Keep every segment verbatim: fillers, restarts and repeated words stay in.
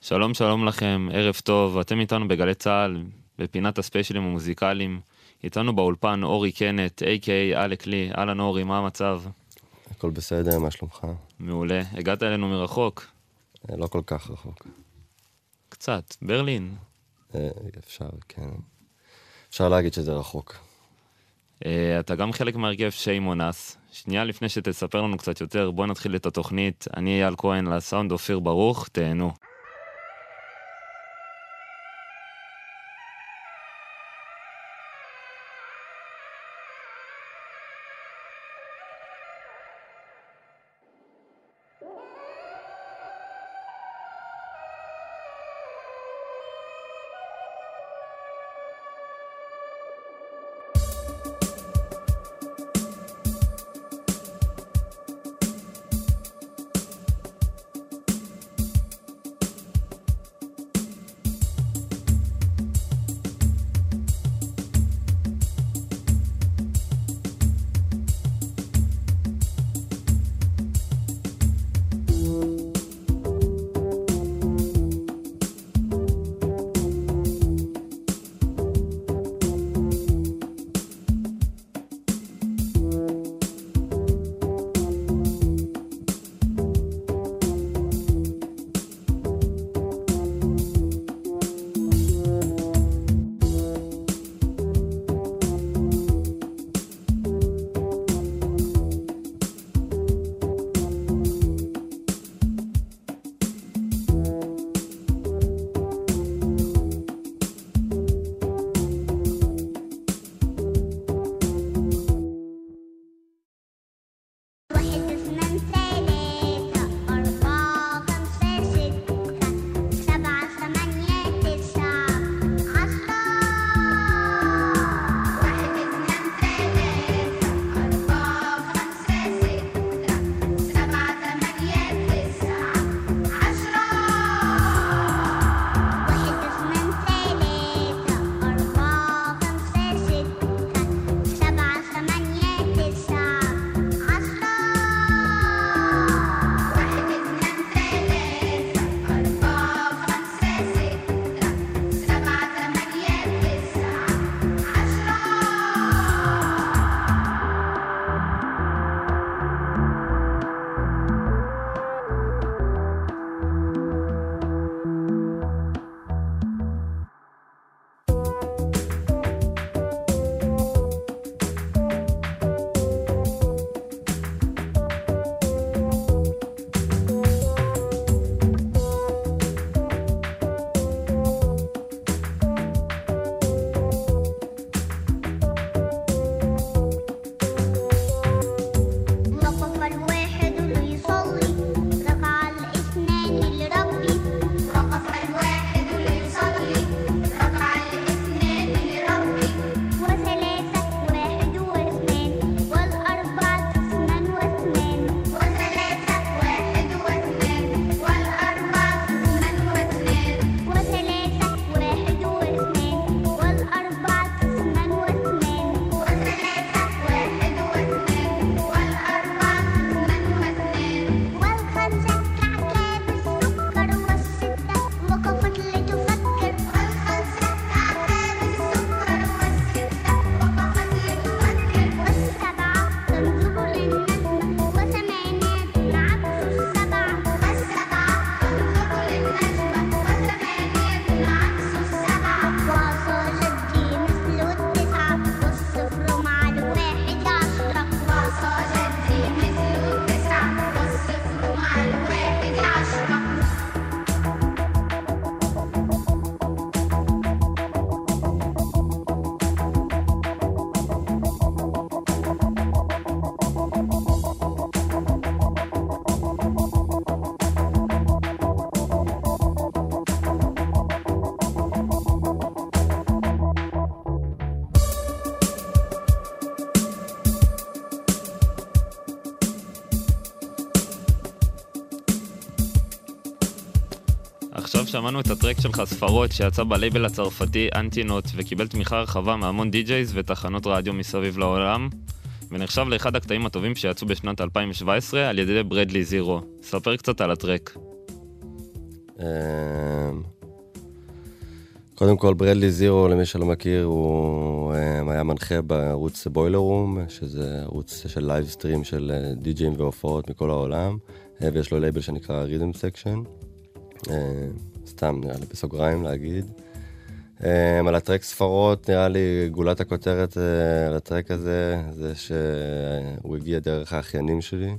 שלום שלום לכם, ערב טוב, אתם איתנו בגלי צהל, בפינת הספיישלים המוזיקליים. איתנו באולפן אורי קנט, איי קיי איי אלק לי. אהלן אורי, מה המצב? הכל בסדר, מה שלומך? מעולה, הגעת אלינו מרחוק? לא כל כך רחוק. קצת, ברלין. אפשר, כן. אפשר להגיד שזה רחוק. אתה גם חלק מהרכב שיימונס. שנייה לפני שתספר לנו קצת יותר, בוא נתחיל את התוכנית. אני אייל כהן, לסאונד אופיר ברוך, תהנו. עכשיו שמענו את הטרק שלך ספרות שיצא בלייבל הצרפתי אנטינוט וקיבל תמיכה רחבה מהמון די-ג'ייז ותחנות רדיו מסביב לעולם ונחשב לאחד הקטעים הטובים שיצאו בשנת אלפיים שבע עשרה על ידי ברדלי זירו. ספר קצת על הטרק. קודם כל, ברדלי זירו, למי שלא מכיר, הוא היה מנחה בערוץ בוילר רום, שזה ערוץ של לייב סטרים של די-ג'ים והופעות מכל העולם, ויש לו לייבל שנקרא רית'ם סקשן. סתם, נראה לי בסוגריים להגיד. על הטרק ספרות, נראה לי גולת הכותרת על הטרק הזה, זה שהוא הגיע דרך האחיינים שלי.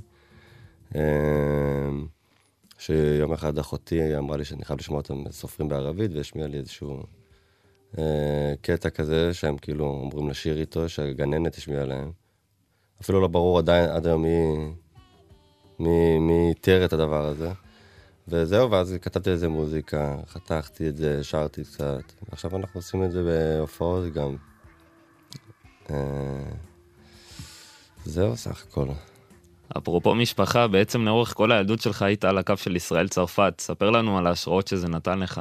שיום אחד אחותי אמרה לי שאני חייב לשמוע אותם סופרים בערבית, והשמיע לי איזשהו אה, קטע כזה, שהם כאילו אומרים לשיר איתו, שהגננת השמיעה להם. אפילו לא ברור עדיין עד היום מי, מי, מי תיאר את הדבר הזה. וזהו, ואז כתבתי איזה מוזיקה, חתכתי את זה, שרתי קצת. עכשיו אנחנו עושים את זה בהופעות גם. אה, זהו, סך הכל. אפרופו משפחה, בעצם לאורך כל הילדות שלך היית על הקו של ישראל צרפת. ספר לנו על ההשראות שזה נתן לך.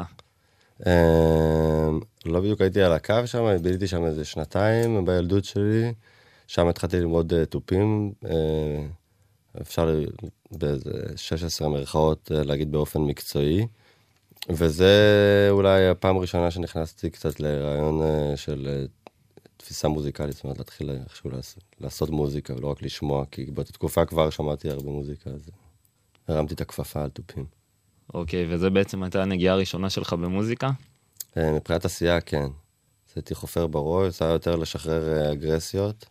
לא בדיוק הייתי על הקו שם, ביליתי שם איזה שנתיים בילדות שלי. שם התחלתי ללמוד תופים. אפשר באיזה שש עשרה מרכאות להגיד באופן מקצועי. וזה אולי הפעם הראשונה שנכנסתי קצת לרעיון של תפיסה מוזיקלית, זאת אומרת, להתחיל איכשהו לעשות מוזיקה, ולא רק לשמוע, כי באותה תקופה כבר שמעתי הרבה מוזיקה, אז הרמתי את הכפפה על תופים. אוקיי, וזה בעצם הייתה הנגיעה הראשונה שלך במוזיקה? מבחינת עשייה, כן. הייתי חופר בראש, זה היה יותר לשחרר אגרסיות.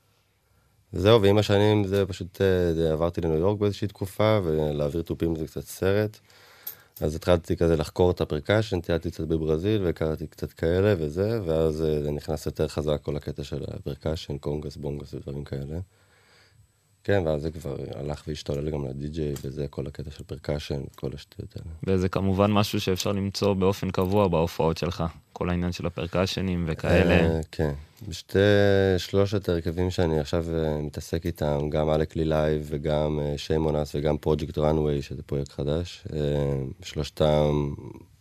וזהו, ועם השנים זה פשוט, זה עברתי לניו יורק באיזושהי תקופה, ולהעביר תופים זה קצת סרט. אז התחלתי כזה לחקור את הפרקשן, טיילתי קצת בברזיל, והכרתי קצת כאלה וזה, ואז זה נכנס יותר חזק כל הקטע של הפרקשן, קונגס, בונגס ודברים כאלה. כן, ואז זה כבר הלך והשתולל גם לדי-ג'יי, וזה כל הקטע של פרקשן, כל השטויות האלה. וזה כמובן משהו שאפשר למצוא באופן קבוע בהופעות שלך, כל העניין של הפרקשנים וכאלה. כן, בשתי שלושת הרכבים שאני עכשיו מתעסק איתם, גם אלק לי לייב וגם שיימונס וגם פרויקט רנווי, שזה פרויקט חדש, שלושתם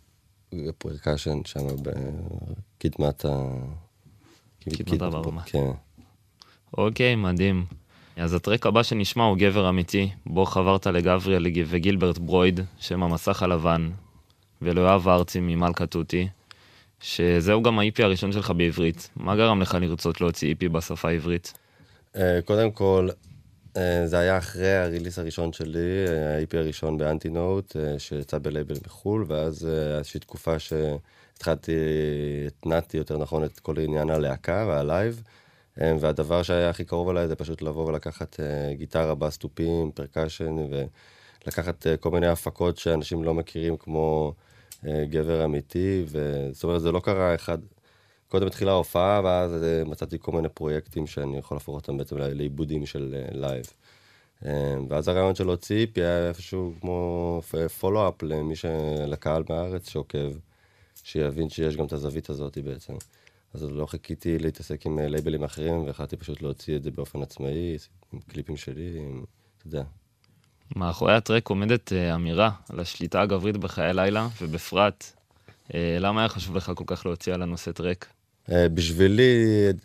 פרקשן שם בקדמת ה... קדמת הברמה. כן. אוקיי, מדהים. אז הטרק הבא שנשמע הוא גבר אמיתי, בו חברת לגבריאל וגילברט ברויד, שם המסך הלבן, ולאוהב ארצי ממלכה תותי, שזהו גם ה-אי פי הראשון שלך בעברית. מה גרם לך לרצות להוציא אי פי בשפה העברית? קודם כל, זה היה אחרי הריליס הראשון שלי, ה-אי פי הראשון באנטינוט, שיצא בלייבל מחול, ואז איזושהי תקופה שהתחלתי, התנעתי יותר נכון את כל עניין הלהקה והלייב, והדבר שהיה הכי קרוב אליי זה פשוט לבוא ולקחת גיטרה, בס, תופים, פרקשן, ולקחת כל מיני הפקות שאנשים לא מכירים כמו גבר אמיתי, וזאת אומרת, זה לא קרה אחד. קודם התחילה ההופעה, ואז מצאתי כל מיני פרויקטים שאני יכול להפוך אותם בעצם לעיבודים של לייב. ואז הרעיון של להוציא פי היה איפשהו כמו פולו-אפ למי לקהל מהארץ שעוקב, שיבין שיש גם את הזווית הזאת בעצם. אז לא חיכיתי להתעסק עם לייבלים אחרים, והחלטתי פשוט להוציא את זה באופן עצמאי, עם קליפים שלי, עם, אתה יודע. מאחורי הטרק עומדת אמירה על השליטה הגברית בחיי לילה, ובפרט, למה היה חשוב לך כל כך להוציא על הנושא טרק? בשבילי,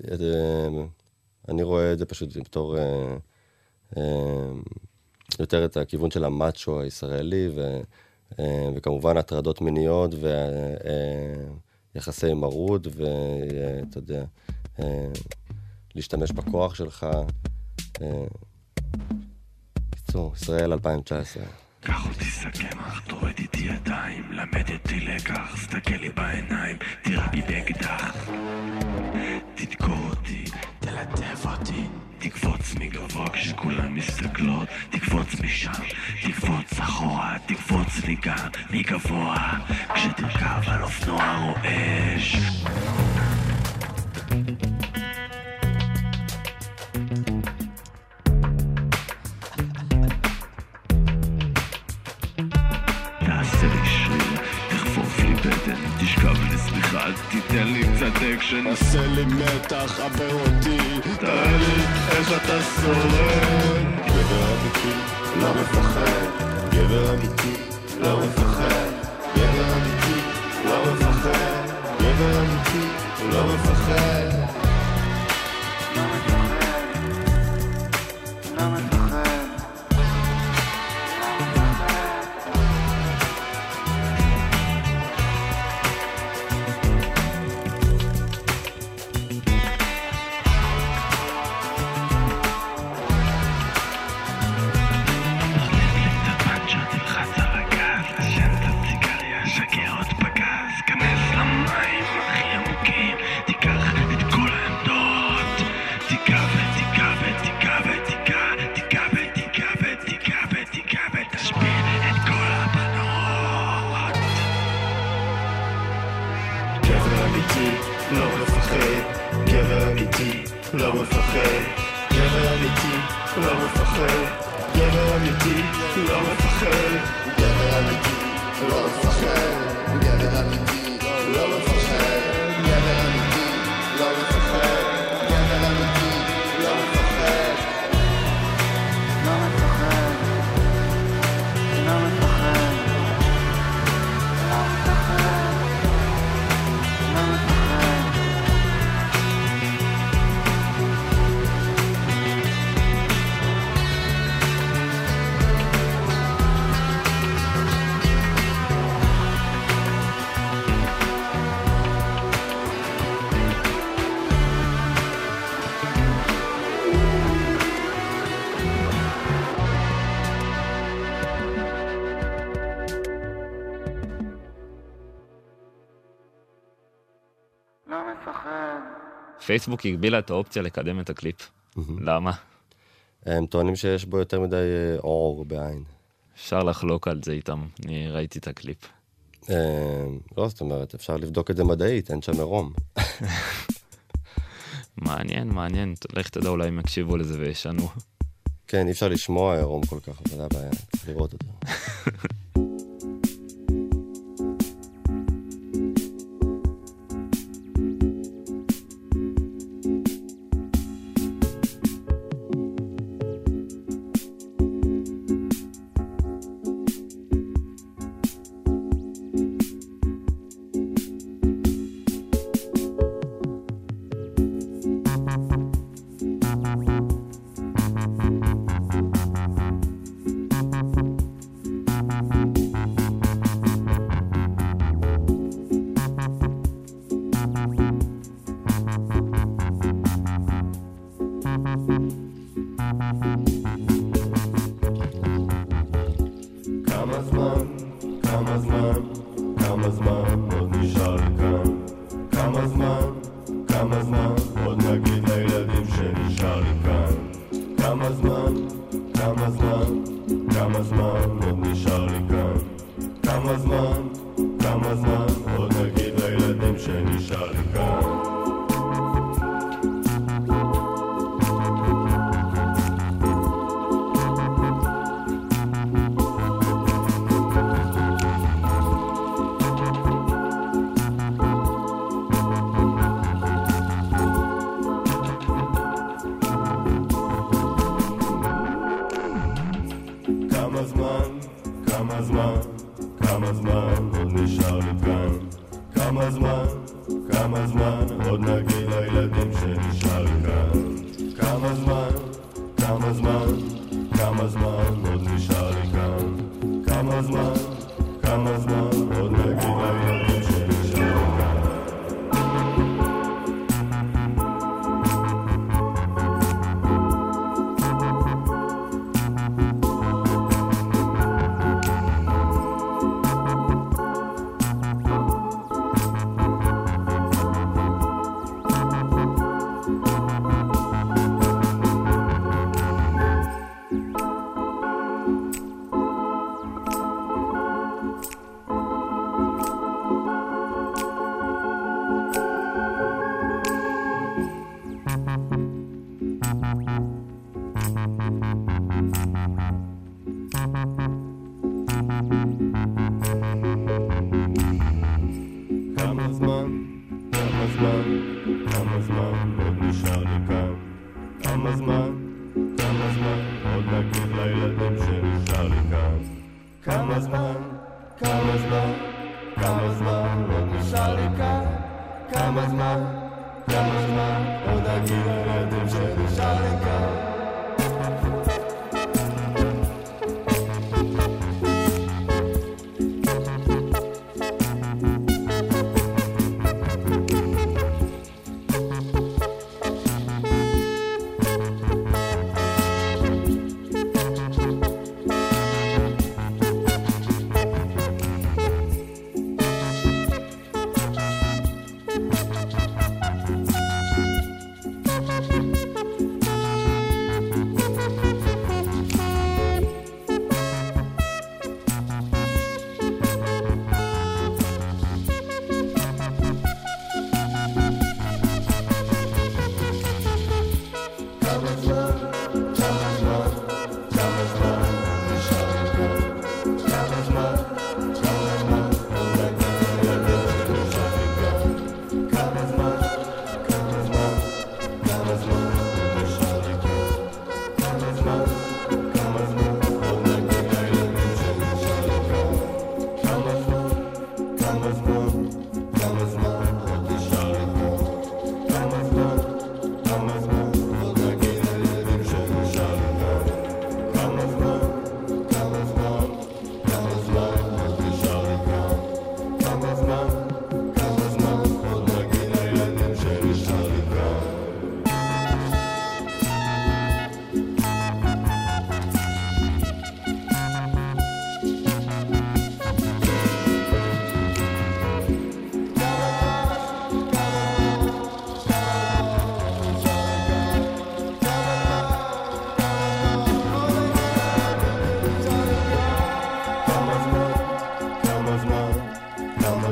אני רואה את זה פשוט בתור יותר את הכיוון של המאצ'ו הישראלי, וכמובן הטרדות מיניות, ו... יחסי מרות, ואתה יודע, להשתמש בכוח שלך. קיצור, ישראל אלפיים תשע עשרה. קח אותי סכמח, תורד איתי ידיים, למד איתי לקח, סתכל לי בעיניים, תירה בי באקדח. תדקור אותי, תלטף אותי, תקפוץ מגבוה כשכולם מסתכלות, תקפוץ משם, תקפוץ אחורה, תקפוץ לי גם מגבוה, כשתרכב על אופנוע רועש. תעשה לי שריר, תחפוף לי בטן, תשכב לסמיכה, תיתן לי קצת אקשן. עשה לי מתח, עבר אותי, תראה לי איך אתה שורד. גבר אמיתי, לא מפחד. גבר אמיתי, לא מפחד. גבר אמיתי, לא מפחד. גבר אמיתי, לא מפחד. אמיתי, לא מפחד. גבר אמיתי, לא מפחד. גבר אמיתי, לא מפחד. גבר אמיתי, לא מפחד. גבר אמיתי, לא מפחד. גבר אמיתי, לא מפחד. גבר אמיתי, לא מפחד. גבר אמיתי, לא מפחד. לא מפחד. לא מפחד. לא מפחד. לא מפחד. פייסבוק הגבילה את האופציה לקדם את הקליפ. למה? הם טוענים שיש בו יותר מדי אור בעין. אפשר לחלוק על זה איתם, אני ראיתי את הקליפ. לא, זאת אומרת, אפשר לבדוק את זה מדעית, אין שם עירום. מעניין, מעניין, לך תדע אולי הם יקשיבו לזה וישנו. כן, אי אפשר לשמוע עירום כל כך, אבל זה הבעיה, צריך לראות אותו.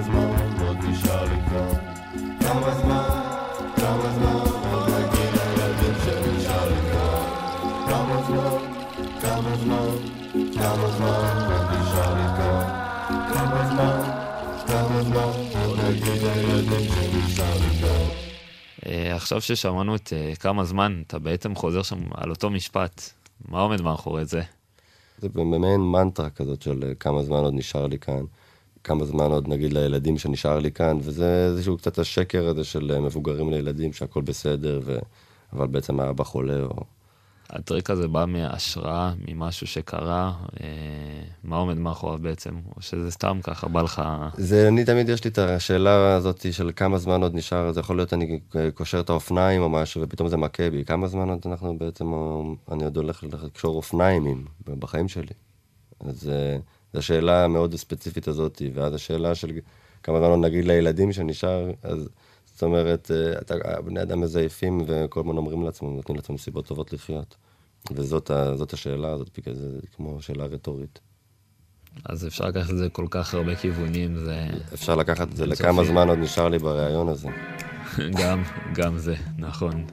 זמן עוד נשאר לי כאן? כמה זמן, כמה זמן עוד נגיד לילדים שנשאר לי כאן? כמה זמן, כמה זמן, כמה זמן עוד נשאר לי כאן? כמה זמן, כמה זמן עוד נגיד לילדים שנשאר לי כאן? עכשיו ששמענו את כמה זמן, אתה בעצם חוזר שם על אותו משפט. מה עומד מאחורי זה? זה במעין מנטרה כזאת של כמה זמן עוד נשאר לי כאן, כמה זמן עוד נגיד לילדים שנשאר לי כאן, וזה איזשהו קצת השקר הזה של מבוגרים לילדים שהכל בסדר, ו... אבל בעצם האבא חולה. או... הטריק הזה בא מהשראה, ממשהו שקרה, אה, מה עומד מאחוריו בעצם, או שזה סתם ככה בא לך... זה, אני תמיד יש לי את השאלה הזאת של כמה זמן עוד נשאר, זה יכול להיות אני קושר את האופניים או משהו, ופתאום זה מכה בי, כמה זמן עוד אנחנו בעצם, אני עוד הולך לקשור אופניים בחיים שלי. אז זו השאלה המאוד ספציפית הזאת, ואז השאלה של כמה זמן עוד נגיד לילדים שנשאר, אז זאת אומרת, אתה, בני אדם מזייפים וכל הזמן אומרים לעצמם, נותנים לעצמם סיבות טובות לחיות. וזאת זאת השאלה הזאת, בגלל זה כמו שאלה רטורית. אז אפשר לקחת את זה כל כך הרבה כיוונים, זה... אפשר לקחת את זה לכמה זמן עוד נשאר לי ברעיון הזה. גם, גם זה, נכון.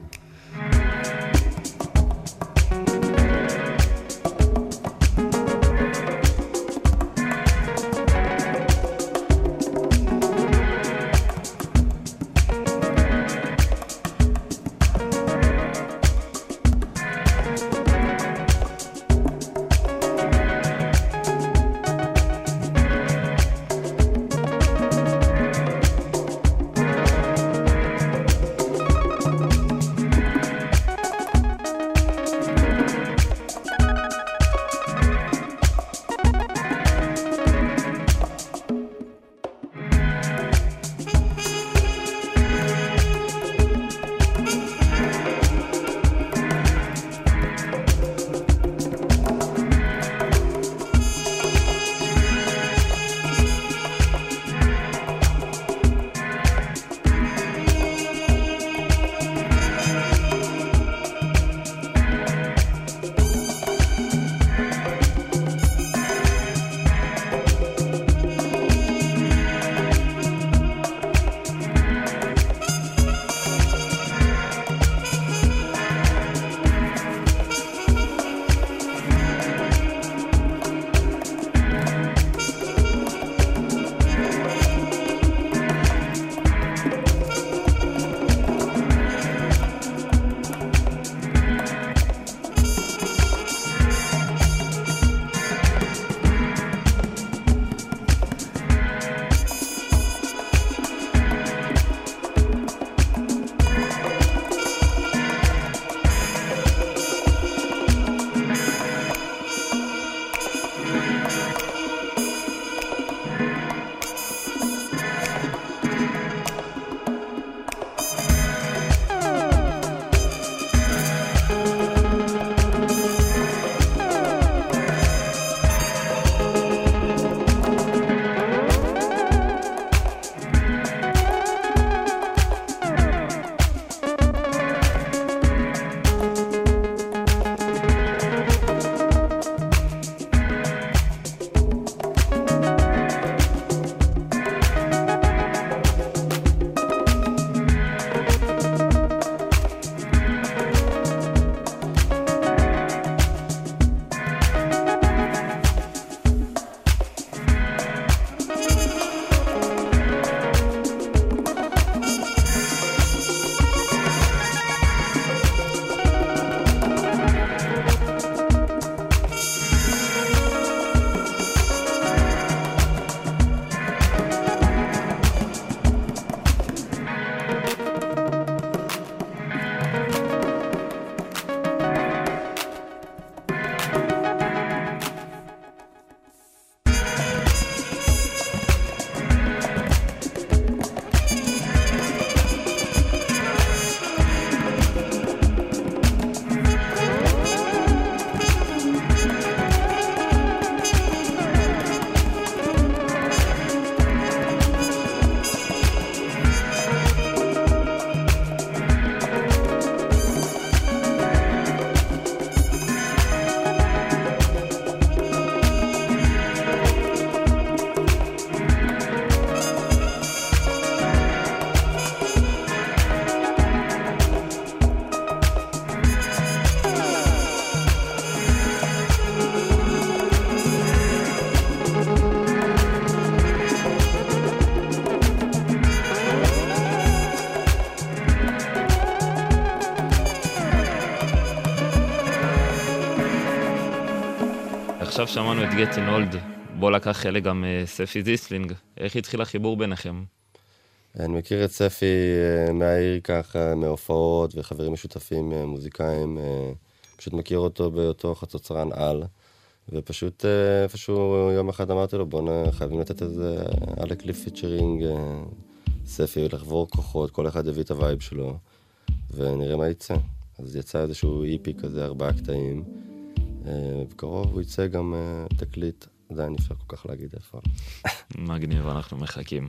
עכשיו שמענו את Getting Old, בו לקח חלק גם ספי זיסלינג. איך התחיל החיבור ביניכם? אני מכיר את ספי מהעיר ככה, מהופעות וחברים משותפים מוזיקאים. פשוט מכיר אותו באותו חצוצרן על. ופשוט איפשהו יום אחד אמרתי לו, בוא חייבים לתת איזה אלק לי פיצ'רינג, ספי, לחבור כוחות, כל אחד הביא את הווייב שלו, ונראה מה יצא. אז יצא איזשהו איפי כזה, ארבעה קטעים. בקרוב הוא יצא גם תקליט, עדיין אפשר כל כך להגיד איפה. מגניב, אנחנו מחכים.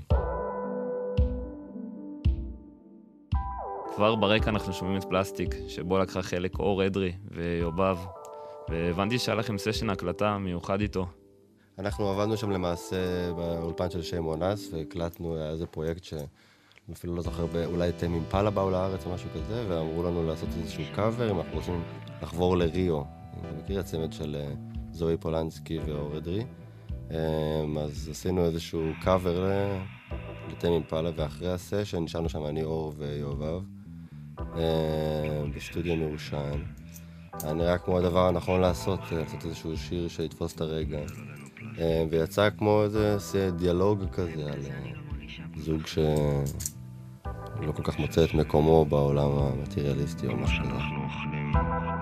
כבר ברקע אנחנו שומעים את פלסטיק, שבו לקחה חלק אור אדרי ויובב, והבנתי שהיה לכם סשן הקלטה מיוחד איתו. אנחנו עבדנו שם למעשה באולפן של שי מונס, והקלטנו איזה פרויקט שאפילו לא זוכר, אולי תמים אימפלה באו לארץ או משהו כזה, ואמרו לנו לעשות איזשהו קאבר, אם אנחנו רוצים לחבור לריו. אני מכיר את צמד של זוהי פולנסקי ואור אדרי, אז עשינו איזשהו קאבר לתמים אימפלה, ואחרי הסשן נשארנו שם אני אור ויובב, בסטודיו מירושן. היה נראה כמו הדבר הנכון לעשות, לעשות איזשהו שיר שיתפוס את הרגע. ויצא כמו איזה דיאלוג כזה על זוג שלא כל כך מוצא את מקומו בעולם המטריאליסטי או משהו כזה. שאנחנו אוכלים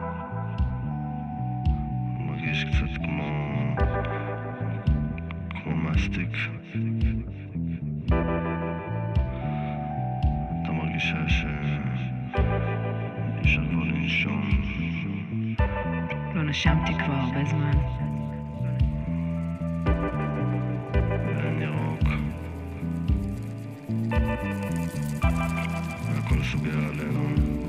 מרגיש קצת כמו כמו מסטיק. אתה מרגישה שאפשר כבר לנשום. לא נשמתי כבר הרבה זמן. ואין ירוק. והכל סוגר עלינו.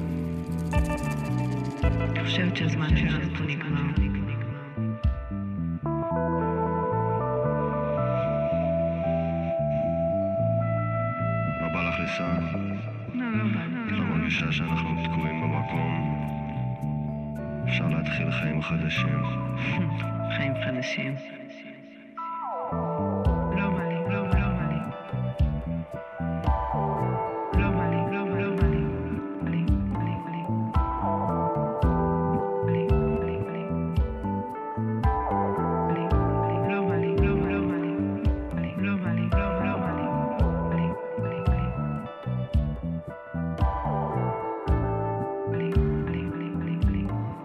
אני חושבת שהזמן שלנו פה נגמר. מה בא לך לסע? לא, לא בא. את לא מרגישה שאנחנו תקועים במקום. אפשר להתחיל חיים חדשים. חיים חדשים. לא בא לי, לא, לא בא לי. לא בא לי, לא, לא בא לי. לי, לי, לי. לי, לי, לי. לי, לי, לא בא לי, לא, לא בא לי. לי, לא בא לי, לא, לא בא לי. לי, לי, לי. לי, לי, לי, לי, לי.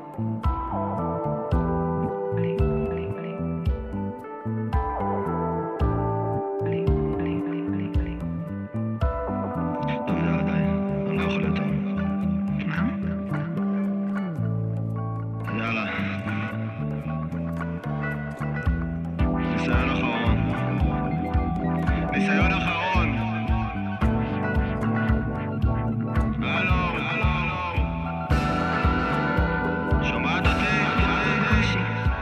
טוב, יאללה, די. אני לא יכול יותר. מה? יאללה. ניסיון אחרון. ניסיון אחרון. הלו, הלו, הלו. שומעת אותי? קושי.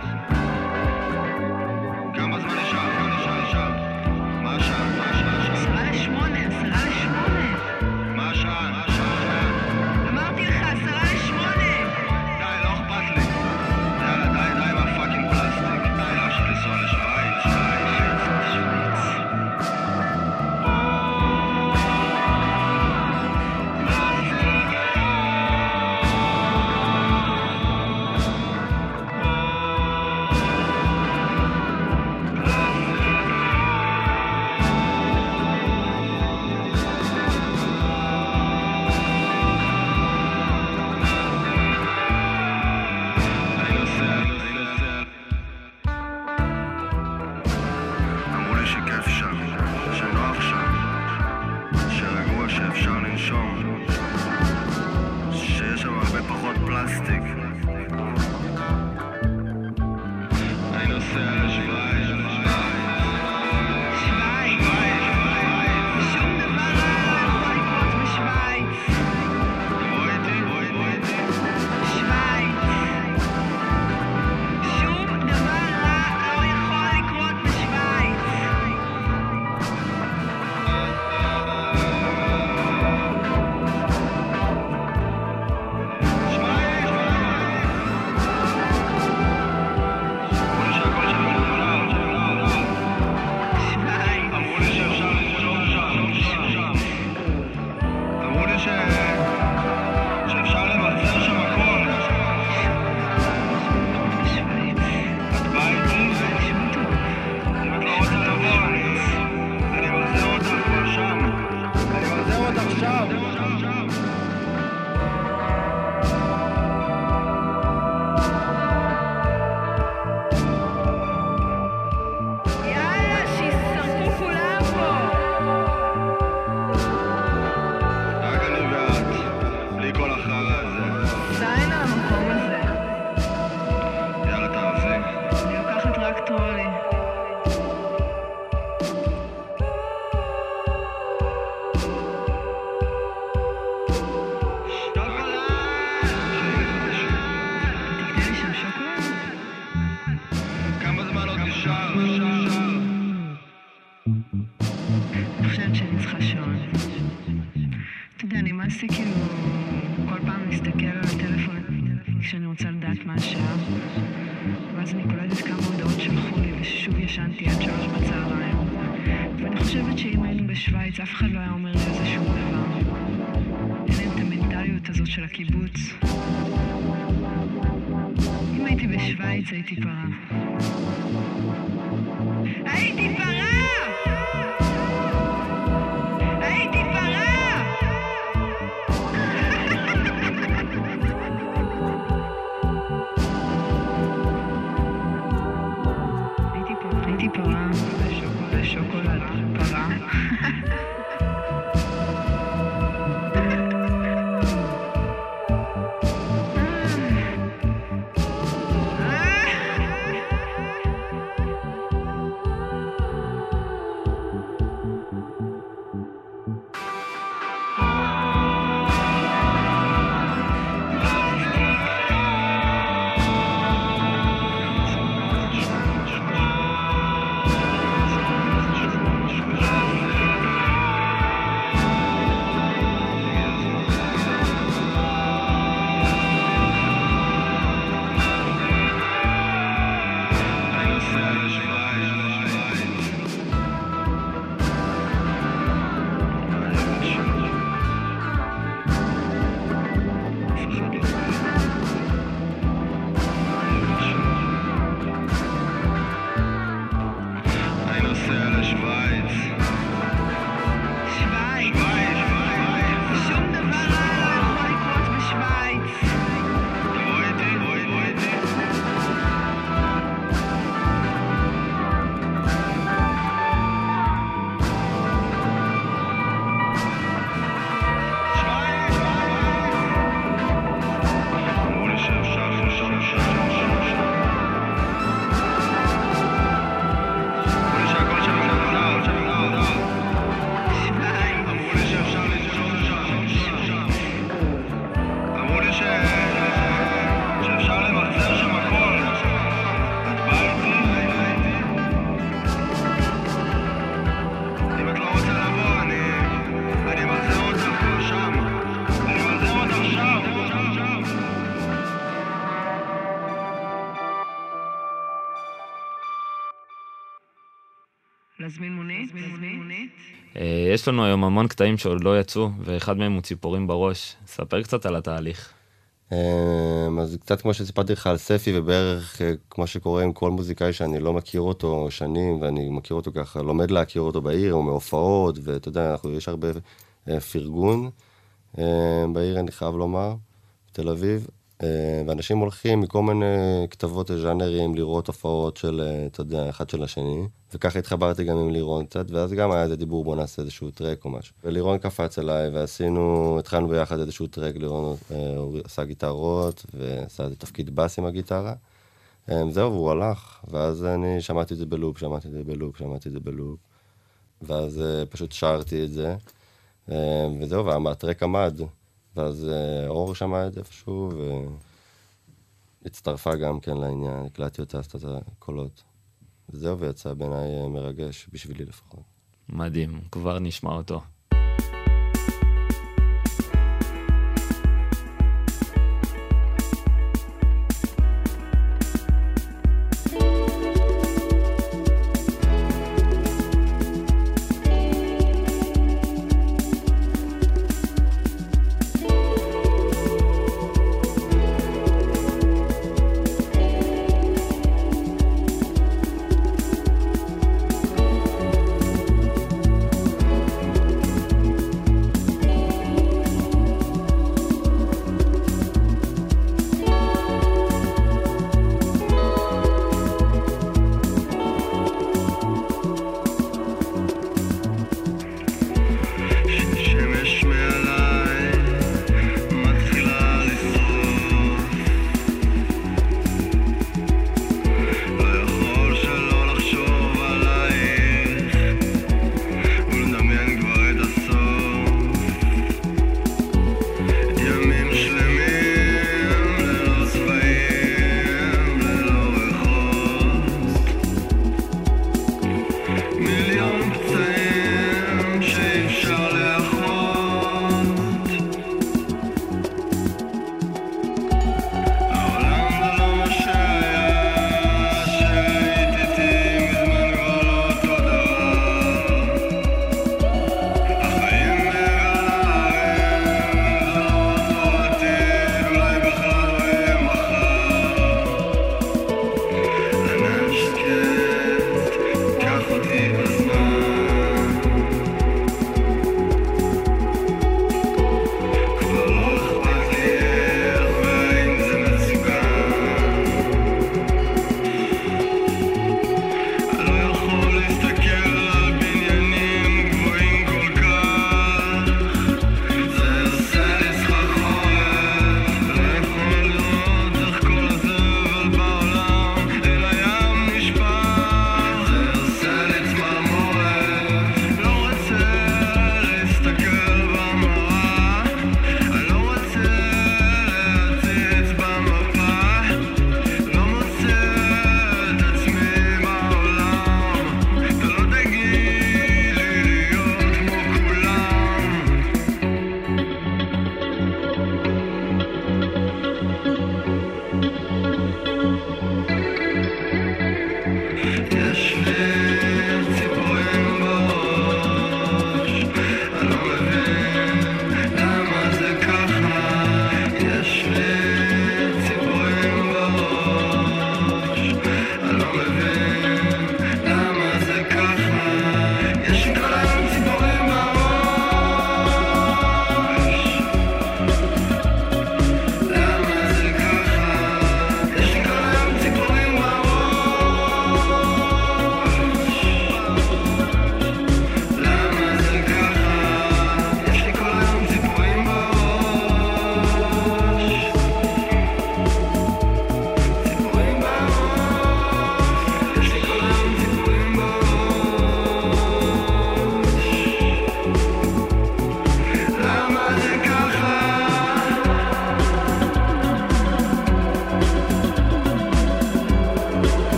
כמה זמן נשאר? מה נשאר? נשאר? מה השעה? מה השעה? השעה? עשרה לשמונה, עשרה לשמונה. מה השעה? מה השעה? לך שעון. אתה יודע, נמאס לי כאילו כל פעם להסתכל על הטלפון כשאני רוצה לדעת מה השעה, ואז אני קולטת כמה הודעות שלחו לי וששוב ישנתי עד שלוש בצהריים. ואני חושבת שאם היינו בשוויץ אף אחד לא היה אומר לי על זה שום דבר. אין להם את המנטליות הזאת של הקיבוץ. אם הייתי בשוויץ הייתי פרה. הייתי פרה! הייתי פרה! הייתי פרה, הייתי פרה ושוקולד, פרה. להזמין מונית? יש לנו היום המון קטעים שעוד לא יצאו, ואחד מהם הוא ציפורים בראש. ספר קצת על התהליך. אז קצת כמו שסיפרתי לך על ספי, ובערך כמו שקורה עם כל מוזיקאי שאני לא מכיר אותו שנים, ואני מכיר אותו ככה, לומד להכיר אותו בעיר, או מהופעות, ואתה יודע, יש הרבה פרגון בעיר, אני חייב לומר, בתל אביב. ואנשים הולכים מכל מיני כתבות ז'אנרים לראות הופעות של, אתה יודע, אחד של השני, וככה התחברתי גם עם לירון קצת, ואז גם היה איזה דיבור, בוא נעשה איזשהו טרק או משהו. ולירון קפץ אליי, ועשינו, התחלנו ביחד איזשהו טרק, לירון עשה גיטרות, ועשה איזה תפקיד בס עם הגיטרה. זהו, והוא הלך, ואז אני שמעתי את זה בלופ, שמעתי את זה בלופ, שמעתי את זה בלופ, ואז פשוט שרתי את זה, וזהו, והטרק עמד. ואז אור שמע את זה איפשהו, והצטרפה גם כן לעניין, הקלטתי אותה, עשתה את הקולות. וזהו, ויצא בעיניי מרגש, בשבילי לפחות. מדהים, כבר נשמע אותו.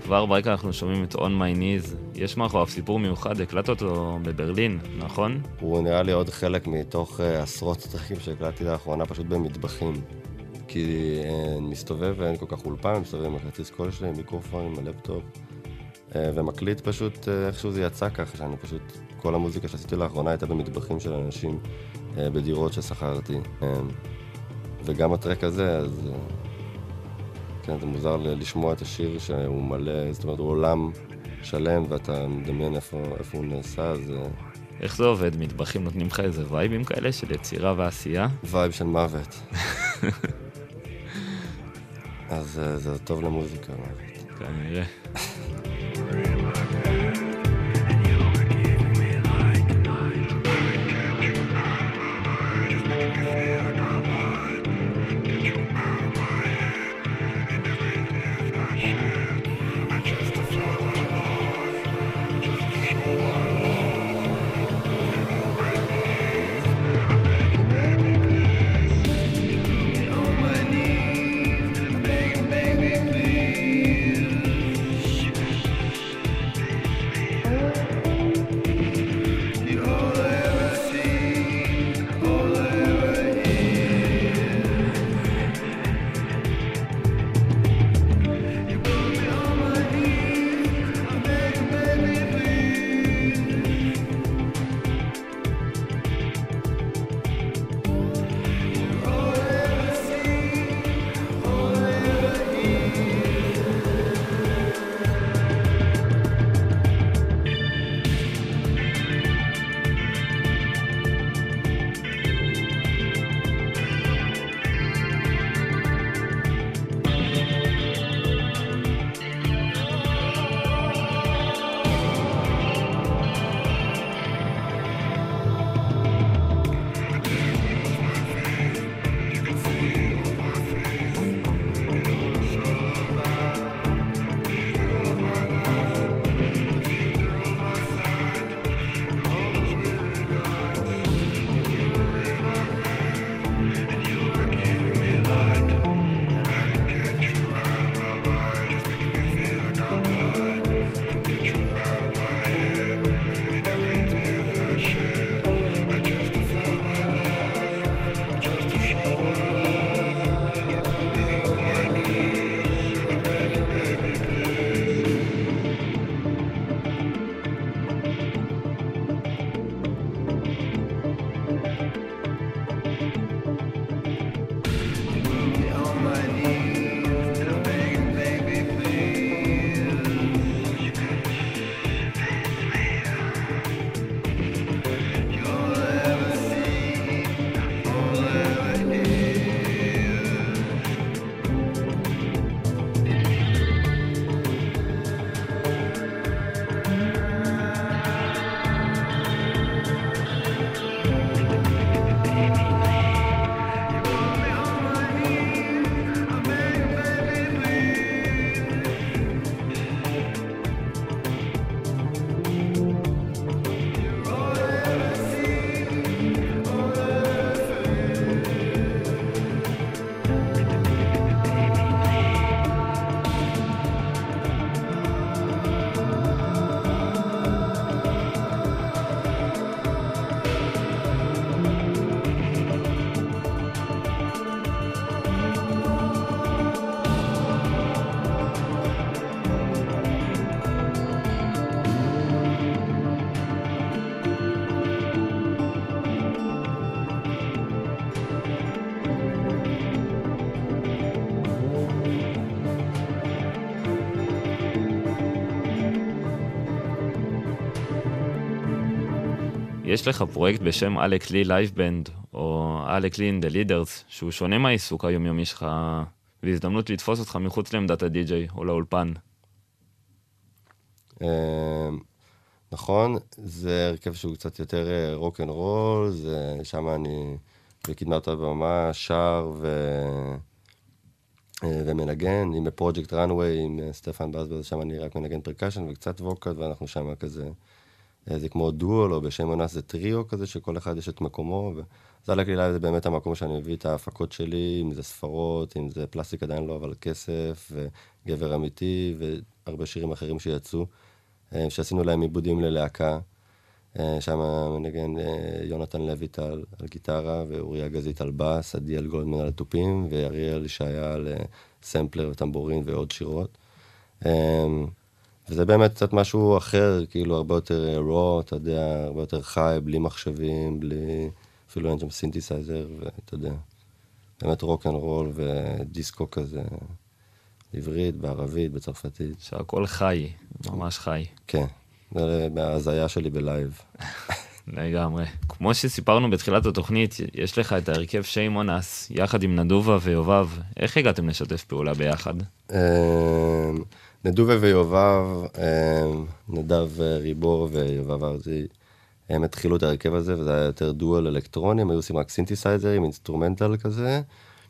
כבר ברקע אנחנו שומעים את On My Knees. יש מאחוריו סיפור מיוחד, הקלטת אותו בברלין, נכון? הוא נראה לי עוד חלק מתוך uh, עשרות טרקים שהקלטתי לאחרונה פשוט במטבחים. כי uh, מסתובב ואין כל כך אולפן, מסתובב עם הכרטיס קול שלי, עם מיקרופון, עם הלפטופ, uh, ומקליט פשוט uh, איכשהו זה יצא ככה, שאני פשוט, כל המוזיקה שעשיתי לאחרונה הייתה במטבחים של אנשים uh, בדירות ששכרתי. Uh, וגם הטרק הזה, אז... Uh, כן, זה מוזר לשמוע את השיר שהוא מלא, זאת אומרת, הוא עולם שלם, ואתה מדמיין איפה, איפה הוא נעשה, אז... איך זה עובד? מטבחים נותנים לך איזה וייבים כאלה של יצירה ועשייה? וייב של מוות. אז זה טוב למוזיקה, מוות. כנראה. יש לך פרויקט בשם אלק לי לייב בנד, או אלק לי אין דה לידרס, שהוא שונה מהעיסוק היומיומי שלך, והזדמנות לתפוס אותך מחוץ לעמדת הדי-ג'יי או לאולפן. נכון, זה הרכב שהוא קצת יותר רוק אנד רול, שם אני בקדמת הבמה שר ו... ומנגן, עם פרויקט ראנווי, עם סטפן בסבז, שם אני רק מנגן פרקשן וקצת ווקל, ואנחנו שם כזה זה כמו דואל, או בשם אונס זה טריו כזה, שכל אחד יש את מקומו, וזה על הקלילה זה באמת המקום שאני מביא את ההפקות שלי, אם זה ספרות, אם זה פלסטיק עדיין לא, אבל כסף, וגבר אמיתי, והרבה שירים אחרים שיצאו, שעשינו להם עיבודים ללהקה, שם מנגן יונתן לויט על, על גיטרה, ואוריה גזית על בס, עדיאל גולדמן על התופים, ואריאל ישעיה על סמפלר וטמבורין ועוד שירות. וזה באמת קצת משהו אחר, כאילו הרבה יותר raw, אתה יודע, הרבה יותר חי, בלי מחשבים, בלי... אפילו אין שם סינתסייזר, ואתה יודע, באמת רוק אנד רול ודיסקו כזה, עברית, בערבית, בצרפתית. שהכל חי, ממש חי. כן, זה בהזיה שלי בלייב. לגמרי. כמו שסיפרנו בתחילת התוכנית, יש לך את ההרכב שיים אונס, יחד עם נדובה ויובב. איך הגעתם לשתף פעולה ביחד? נדובה ויובב, נדב ריבור ויובב ארזי, הם התחילו את ההרכב הזה, וזה היה יותר דואל אלקטרוני, הם היו עושים רק סינתסייזרים, אינסטרומנטל כזה.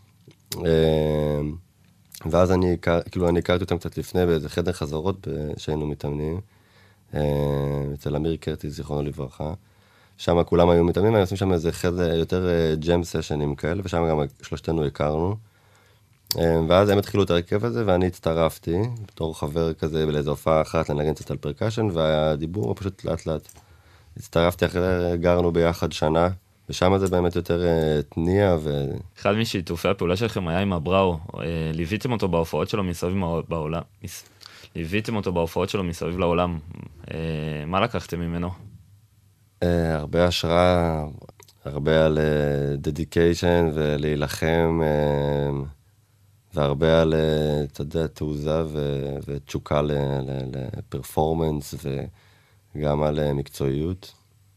ואז אני, כאילו, אני הכרתי אותם קצת לפני באיזה חדר חזרות שהיינו מתאמנים, אצל אמיר קרטיס, זיכרונו לברכה. שם כולם היו מתאמנים, היו עושים שם איזה חדר יותר ג'ם סשנים כאלה, ושם גם שלושתנו הכרנו. ואז הם התחילו את הרכב הזה, ואני הצטרפתי, בתור חבר כזה, באיזו הופעה אחת לנגן קצת על פרקשן, והדיבור פשוט לאט לאט. הצטרפתי אחרי, גרנו ביחד שנה, ושם זה באמת יותר תניע ו... אחד משיתופי הפעולה שלכם היה עם הבראו, ליוויתם אותו בהופעות שלו מסביב בעולם, ליוויתם אותו בהופעות שלו מסביב לעולם, מה לקחתם ממנו? הרבה השראה, הרבה על דדיקיישן ולהילחם, והרבה על, אתה יודע, תעוזה ותשוקה לפרפורמנס, וגם על מקצועיות.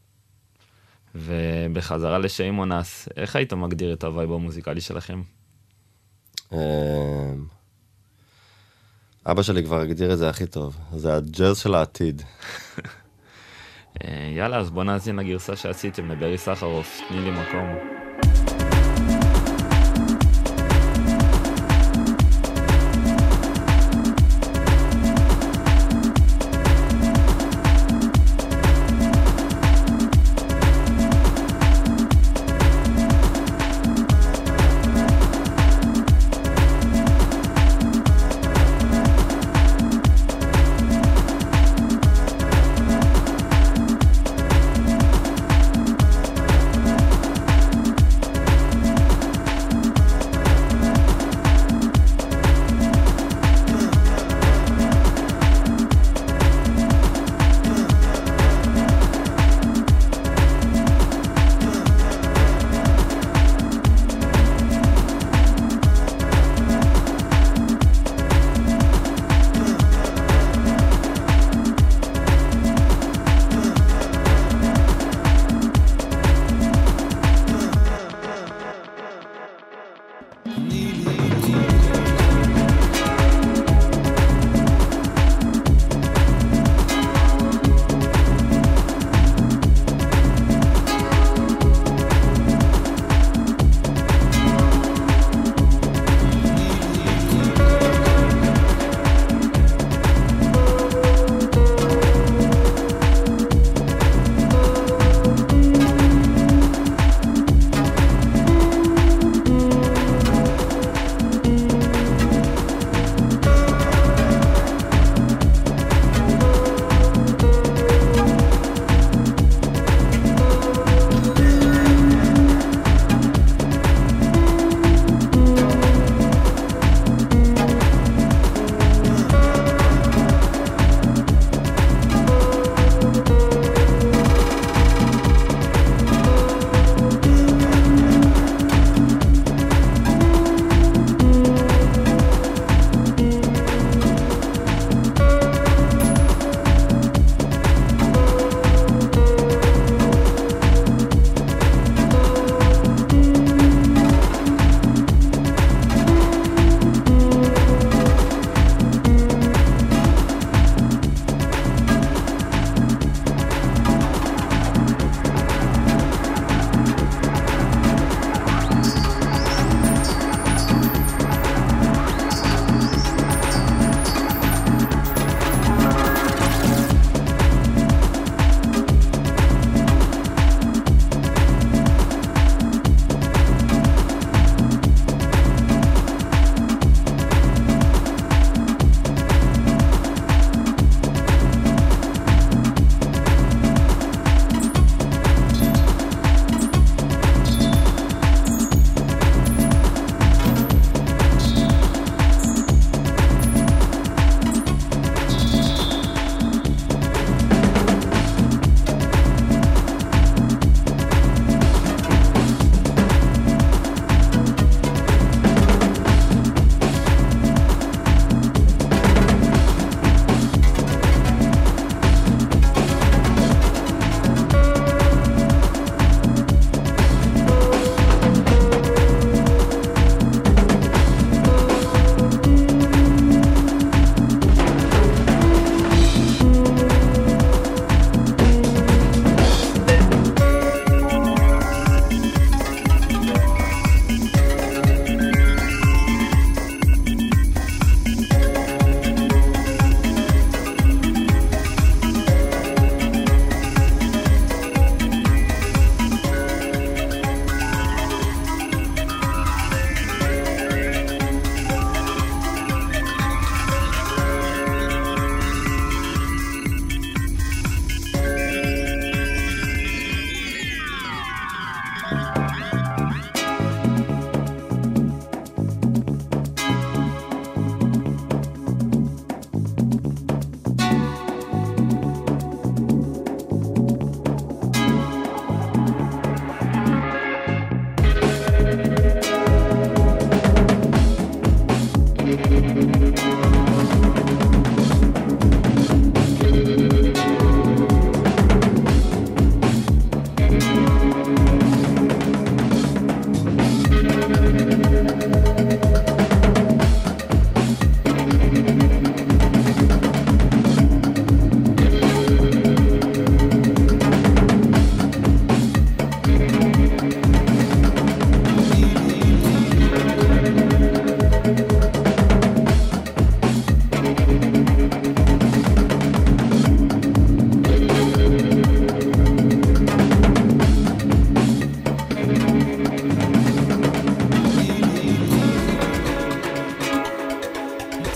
ובחזרה לשיים אונס, איך היית מגדיר את הווייב המוזיקלי שלכם? אבא שלי כבר הגדיר את זה הכי טוב, זה הג'אז של העתיד. יאללה, אז בוא נאזין לגרסה שעשיתם לברי סחרוף, תני לי מקום.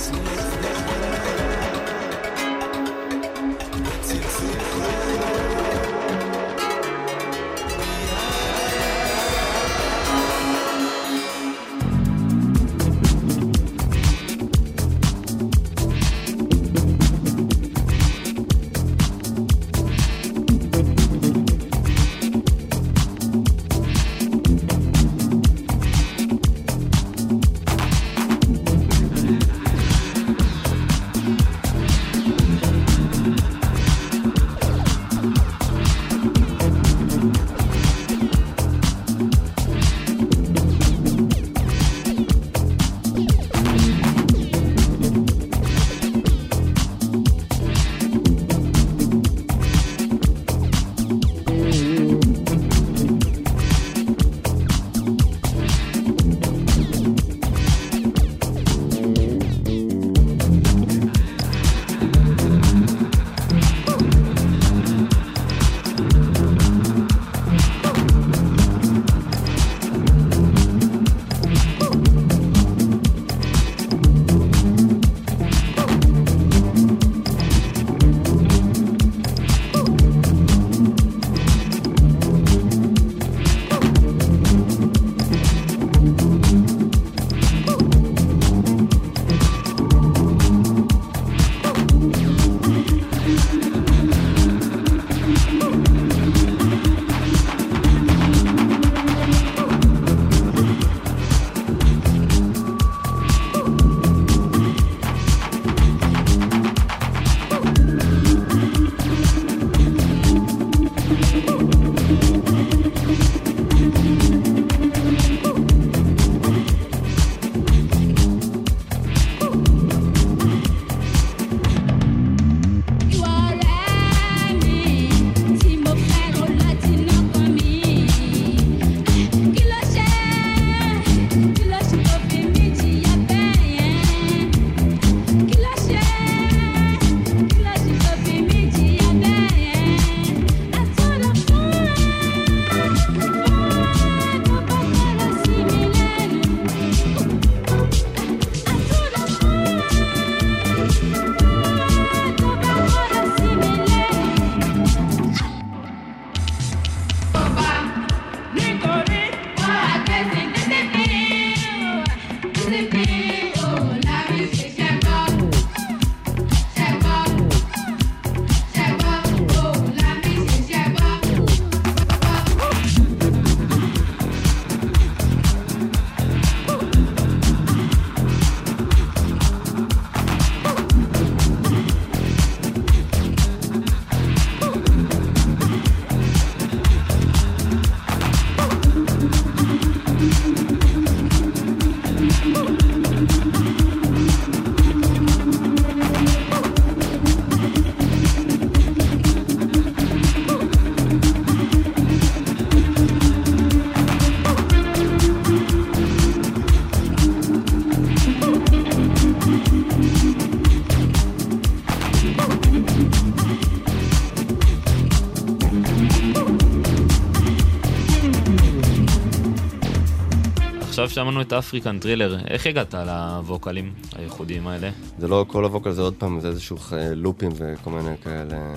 עכשיו שמענו את אפריקן טרילר, איך הגעת לווקלים הייחודיים האלה? זה לא כל הווקל, זה עוד פעם, זה איזשהו לופים וכל מיני כאלה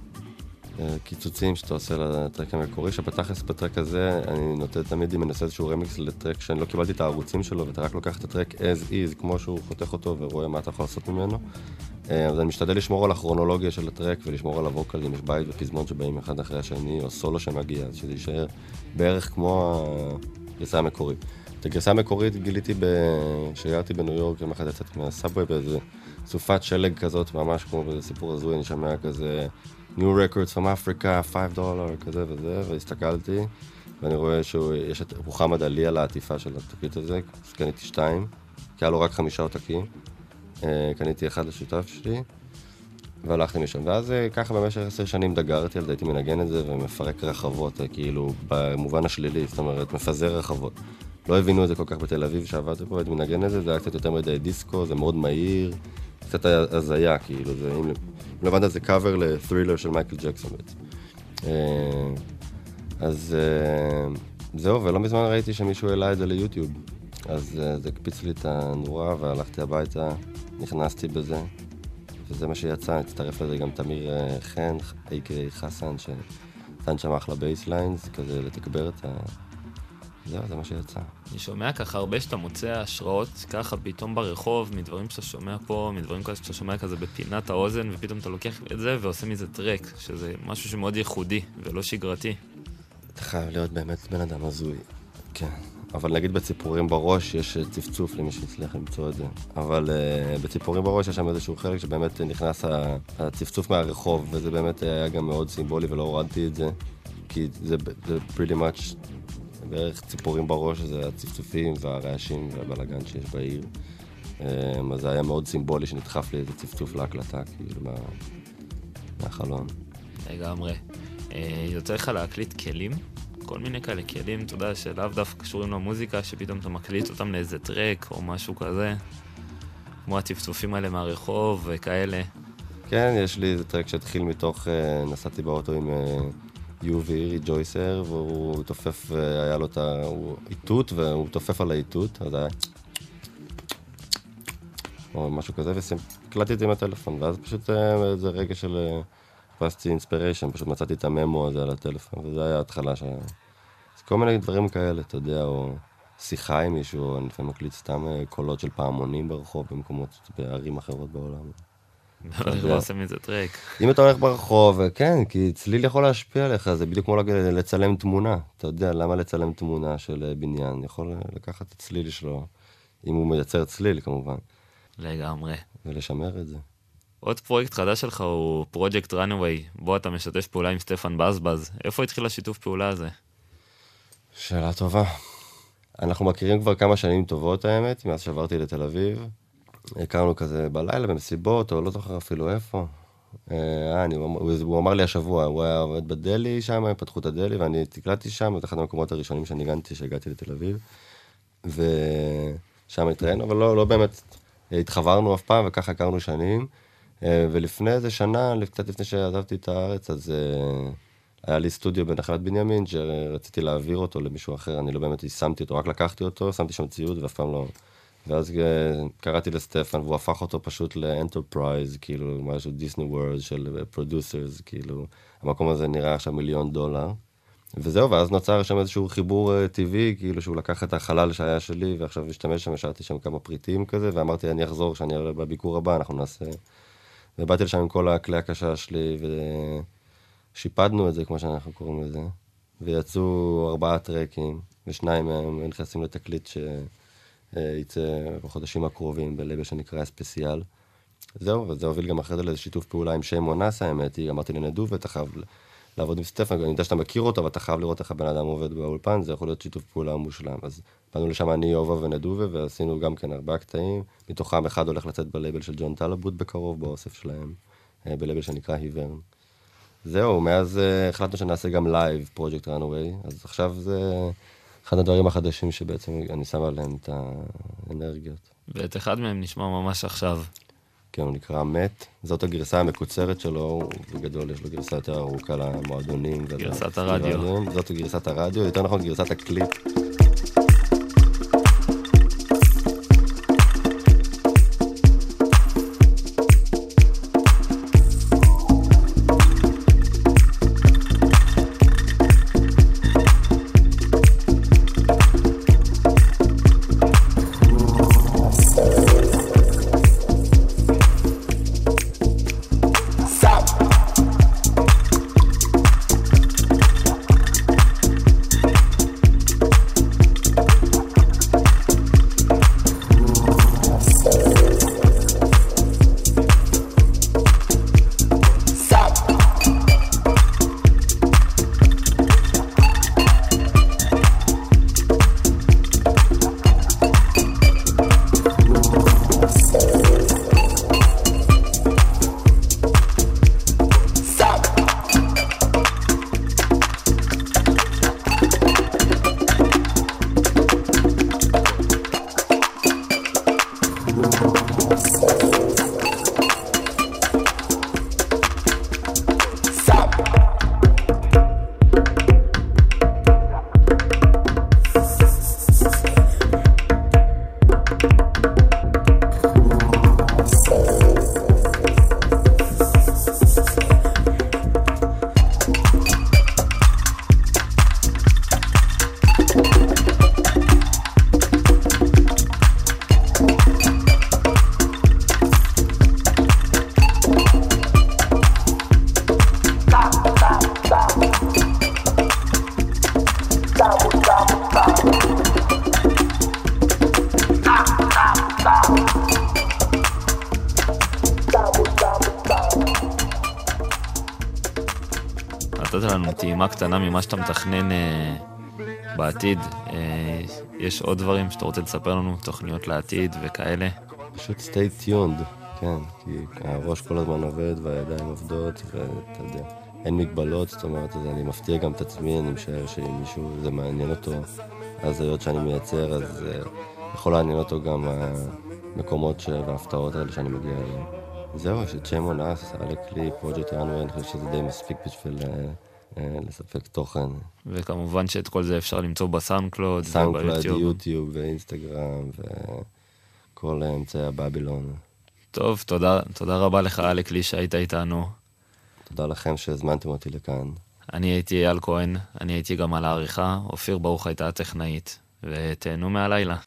קיצוצים שאתה עושה לטרק המקורי, שבתכלס בטרק הזה אני נוטה תמיד אם מנסה איזשהו רמיקס לטרק שאני לא קיבלתי את הערוצים שלו ואתה רק לוקח את הטרק as is כמו שהוא חותך אותו ורואה מה אתה יכול לעשות ממנו. אז אני משתדל לשמור על הכרונולוגיה של הטרק ולשמור על הווקל, אם יש בית ופזמון שבאים אחד אחרי השני או סולו שמגיע, אז שזה יישאר בערך כמו הגרסה המקורית. את הגרסה המקורית גיליתי כשגרתי בניו יורק, יום אחד יצאתי מהסאבווי באיזה סופת שלג כזאת, ממש כמו באיזה סיפור הזוי, אני שומע כזה New Records from Africa, חמישה דולר, כזה וזה, והסתכלתי, ואני רואה שיש את מוחמד עלי על העטיפה של התקליט הזה, אז קניתי שתיים, כי היה לו רק חמישה עותקים, קניתי אחד לשותף שלי, והלכתי משם, ואז ככה במשך עשר שנים דגרתי על זה, הייתי מנגן את זה ומפרק רחבות, כאילו במובן השלילי, זאת אומרת, מפזר רחבות. לא הבינו את זה כל כך בתל אביב שעבדתי פה, הייתי מנגן את זה, זה היה קצת יותר מדי דיסקו, זה מאוד מהיר, קצת הזיה, כאילו, זה, אם לבנת זה קאבר לת'רילר של מייקל ג'קסון בעצם. אז זהו, ולא מזמן ראיתי שמישהו העלה את זה ליוטיוב, אז זה הקפיץ לי את הנורה והלכתי הביתה, נכנסתי בזה, וזה מה שיצא, הצטרף לזה גם תמיר חן, איי קיי חסן, שנתן שם אחלה בייסליינס, כזה לתגבר את ה... זהו, זה מה שיצא. אני שומע ככה הרבה שאתה מוצא השראות ככה פתאום ברחוב, מדברים שאתה שומע פה, מדברים כזה שאתה שומע כזה בפינת האוזן, ופתאום אתה לוקח את זה ועושה מזה טרק, שזה משהו שמאוד ייחודי ולא שגרתי. אתה חייב להיות באמת בן אדם הזוי, כן. אבל נגיד בציפורים בראש יש צפצוף למי שהצליח למצוא את זה. אבל uh, בציפורים בראש יש שם איזשהו חלק שבאמת נכנס הצפצוף מהרחוב, וזה באמת היה גם מאוד סימבולי ולא הורדתי את זה, כי זה, זה pretty much בערך ציפורים בראש, זה הצפצופים והרעשים והבלגן שיש בעיר. Um, אז זה היה מאוד סימבולי שנדחף לי איזה צפצוף להקלטה, כאילו מה, מהחלון. לגמרי. יוצא לך להקליט כלים? כל מיני כאלה כלים, אתה יודע, שלאו דווקא קשורים למוזיקה, שפתאום אתה מקליט אותם לאיזה טרק או משהו כזה, כמו הצפצופים האלה מהרחוב וכאלה. כן, יש לי איזה טרק שהתחיל מתוך, נסעתי באוטו עם יובי, ריג'ויסר, והוא תופף, היה לו את האיתות, והוא תופף על האיתות, אז היה... או משהו כזה, והקלטתי את זה עם הטלפון, ואז פשוט זה רגע של... פסתי אינספיריישן, פשוט מצאתי את הממו הזה על הטלפון, וזה היה ההתחלה של... אז כל מיני דברים כאלה, אתה יודע, או שיחה עם מישהו, או אני לפעמים מקליט סתם קולות של פעמונים ברחוב, במקומות, בערים אחרות בעולם. אני לא עושה מזה טרק. אם אתה הולך ברחוב, כן, כי צליל יכול להשפיע עליך, זה בדיוק כמו לצלם תמונה. אתה יודע, למה לצלם תמונה של בניין? יכול לקחת את צליל שלו, אם הוא מייצר צליל, כמובן. לגמרי. ולשמר את זה. עוד פרויקט חדש שלך הוא פרויקט ראנווי, בו אתה משתף פעולה עם סטפן בזבז. איפה התחיל השיתוף פעולה הזה? שאלה טובה. אנחנו מכירים כבר כמה שנים טובות, האמת, מאז שעברתי לתל אביב. הכרנו כזה בלילה במסיבות, או לא זוכר אפילו איפה. אה, אני, הוא, הוא אמר לי השבוע, הוא היה עובד בדלי שם, פתחו את הדלי, ואני תקלטתי שם, את אחד המקומות הראשונים שאני הגנתי, שהגעתי לתל אביב. ושם התראינו, אבל לא, לא באמת התחברנו אף פעם, וככה הכרנו שנים. ולפני איזה שנה, קצת לפני שעזבתי את הארץ, אז היה לי סטודיו בנחלת בנימין, שרציתי להעביר אותו למישהו אחר, אני לא באמת יישמתי אותו, רק לקחתי אותו, שמתי שם ציוד ואף פעם לא... ואז קראתי לסטפן, והוא הפך אותו פשוט לאנטרפרייז, כאילו משהו דיסני וורלד של פרודוסרס, כאילו המקום הזה נראה עכשיו מיליון דולר. וזהו, ואז נוצר שם איזשהו חיבור טבעי, כאילו שהוא לקח את החלל שהיה שלי, ועכשיו השתמש שם, השארתי שם כמה פריטים כזה, ואמרתי, אני אחזור, כשאני אראה בביקור הבא, אנחנו נעשה... ובאתי לשם עם כל הכלי הקשה שלי, ושיפדנו את זה, כמו שאנחנו קוראים לזה, ויצאו ארבעה טרקים, ושניים מהם נכנסים לתקליט שיצא בחודשים הקרובים, בלייבל שנקרא ספציאל. זהו, וזה הוביל גם אחרי זה לאיזה שיתוף פעולה עם שי מונס, האמת, אמרתי לנדוב, ואתה חייב לעבוד עם סטפן, אני יודע שאתה מכיר אותו, אבל אתה חייב לראות איך הבן אדם עובד באולפן, זה יכול להיות שיתוף פעולה מושלם. אז באנו לשם אני, יובה ונדובה, ועשינו גם כן ארבעה קטעים, מתוכם אחד הולך לצאת בלייבל של ג'ון טלבוט בקרוב, באוסף שלהם, בלייבל שנקרא היברן. זהו, מאז החלטנו שנעשה גם לייב, פרויקט ראנווי, אז עכשיו זה אחד הדברים החדשים שבעצם אני שם עליהם את האנרגיות. ואת אחד מהם נשמע ממש עכשיו. כן, הוא נקרא מת. זאת הגרסה המקוצרת שלו, בגדול יש לו גרסה יותר ארוכה למועדונים. גרסת הרדיו. זאת גרסת הרדיו, יותר נכון גרסת הקליפ. נתת לנו טעימה קטנה ממה שאתה מתכנן אה, בעתיד. אה, יש עוד דברים שאתה רוצה לספר לנו, תוכניות לעתיד וכאלה? פשוט stay tuned, כן, כי הראש כל הזמן עובד והידיים עובדות, ואתה יודע, אין מגבלות, זאת אומרת, אני מפתיע גם את עצמי, אני משער שאם מישהו זה מעניין אותו, אז היות שאני מייצר, אז uh, יכול לעניין אותו גם המקומות וההפתעות האלה שאני מגיע אליהם. זהו, יש את שם אונס, אלק לי, פרוג'קט ראנווי, אני חושב שזה די מספיק בשביל uh, uh, לספק תוכן. וכמובן שאת כל זה אפשר למצוא בסאונדקלאוד, סאונדקלאוד, יוטיוב ואינסטגרם וכל אמצעי הבבילון. טוב, תודה, תודה רבה לך, אלק לי, שהיית איתנו. תודה לכם שהזמנתם אותי לכאן. אני הייתי אייל כהן, אני הייתי גם על העריכה, אופיר ברוך הייתה הטכנאית, ותהנו מהלילה.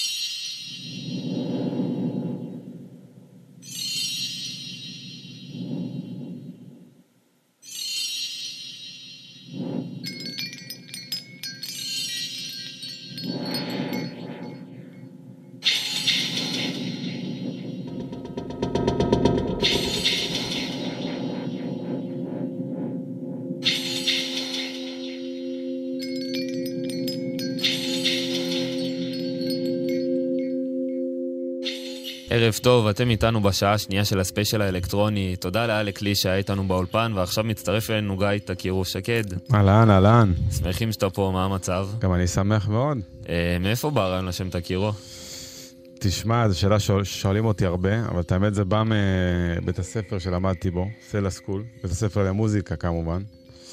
ערב טוב, אתם איתנו בשעה השנייה של הספיישל האלקטרוני. תודה לאלק לי שהיה איתנו באולפן, ועכשיו מצטרף אלינו גיא, תכירו שקד. אהלן, אהלן. שמחים שאתה פה, מה המצב? גם אני שמח מאוד. אה, מאיפה בא הרעיון לשם תכירו? תשמע, זו שאלה ששואלים אותי הרבה, אבל את האמת זה בא מבית הספר שלמדתי בו, סלע סקול, בית הספר למוזיקה כמובן.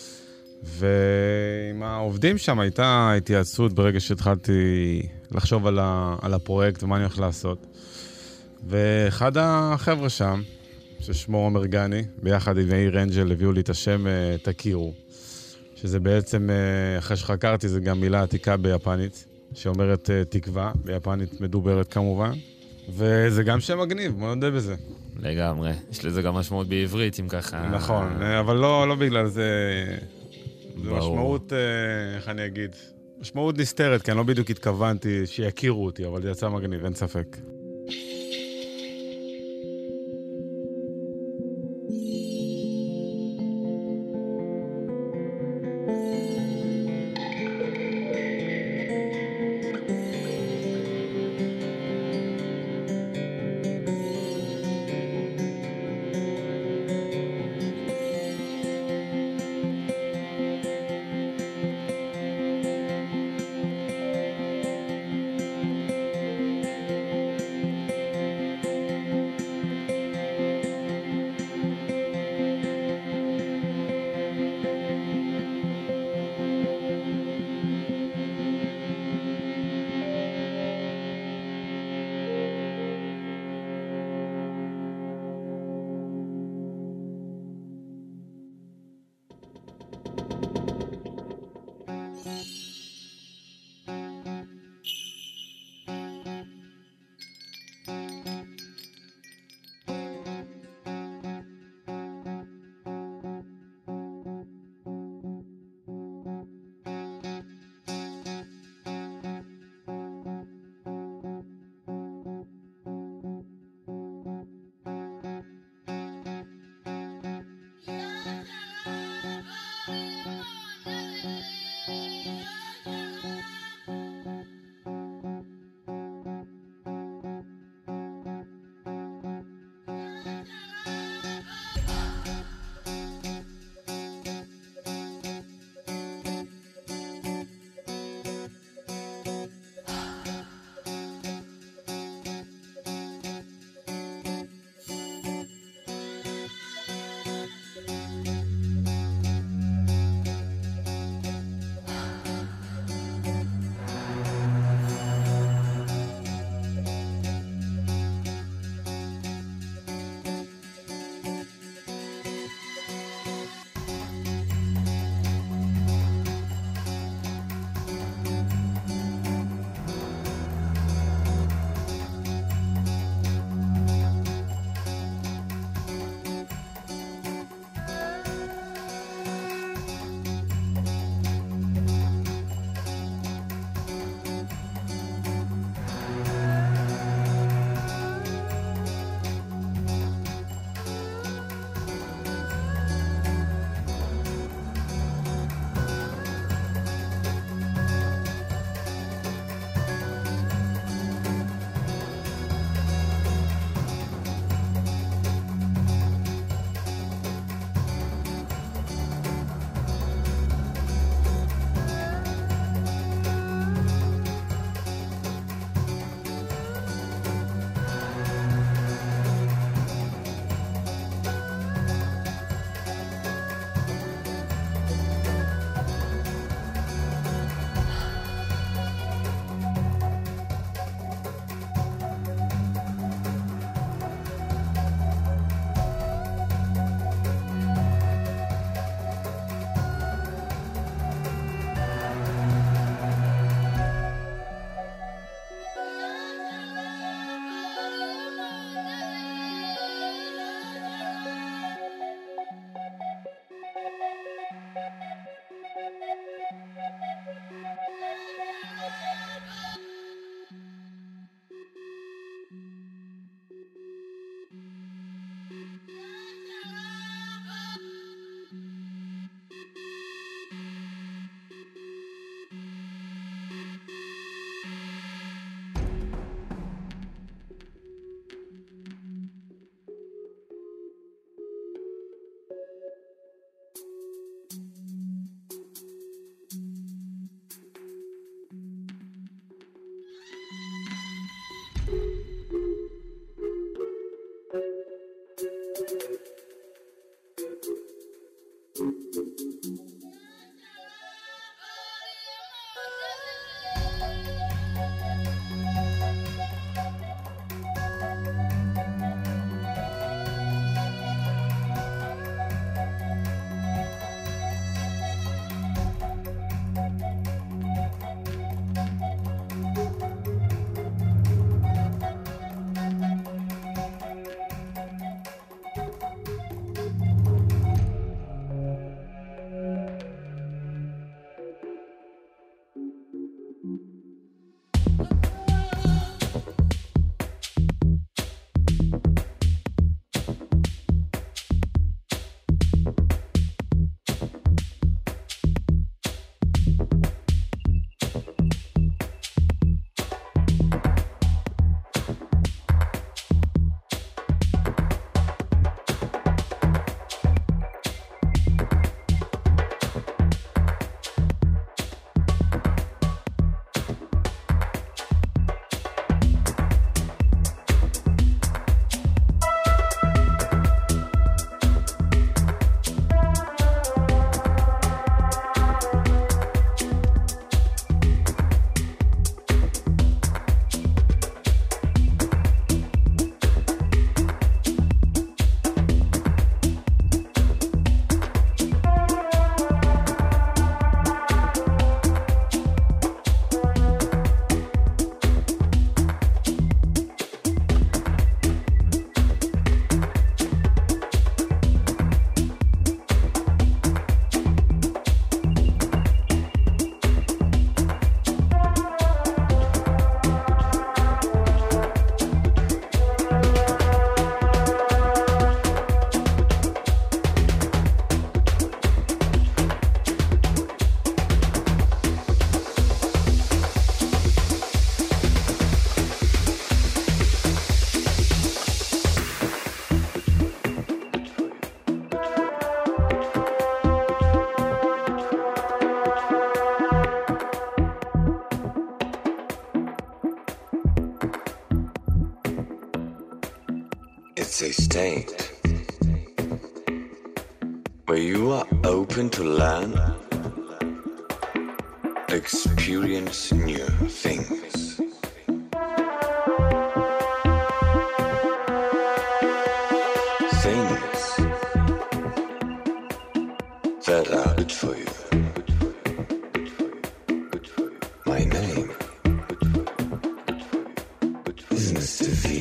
ועם העובדים שם הייתה התייעצות ברגע שהתחלתי לחשוב על, ה... על הפרויקט ומה אני הולך לעשות. ואחד החבר'ה שם, ששמו עומר גני, ביחד עם מאיר אנג'ל, הביאו לי את השם תכירו, שזה בעצם, אחרי שחקרתי, זה גם מילה עתיקה ביפנית, שאומרת תקווה, ביפנית מדוברת כמובן, וזה גם שם מגניב, בוא נודה בזה. לגמרי, יש לזה גם משמעות בעברית, אם ככה... נכון, אבל לא, לא בגלל זה, זה משמעות, איך אני אגיד, משמעות נסתרת, כי אני לא בדיוק התכוונתי שיכירו אותי, אבל זה יצא מגניב, אין ספק. It's a state where you are open to learn, experience new things. Things that are good for you. My name is Mister V.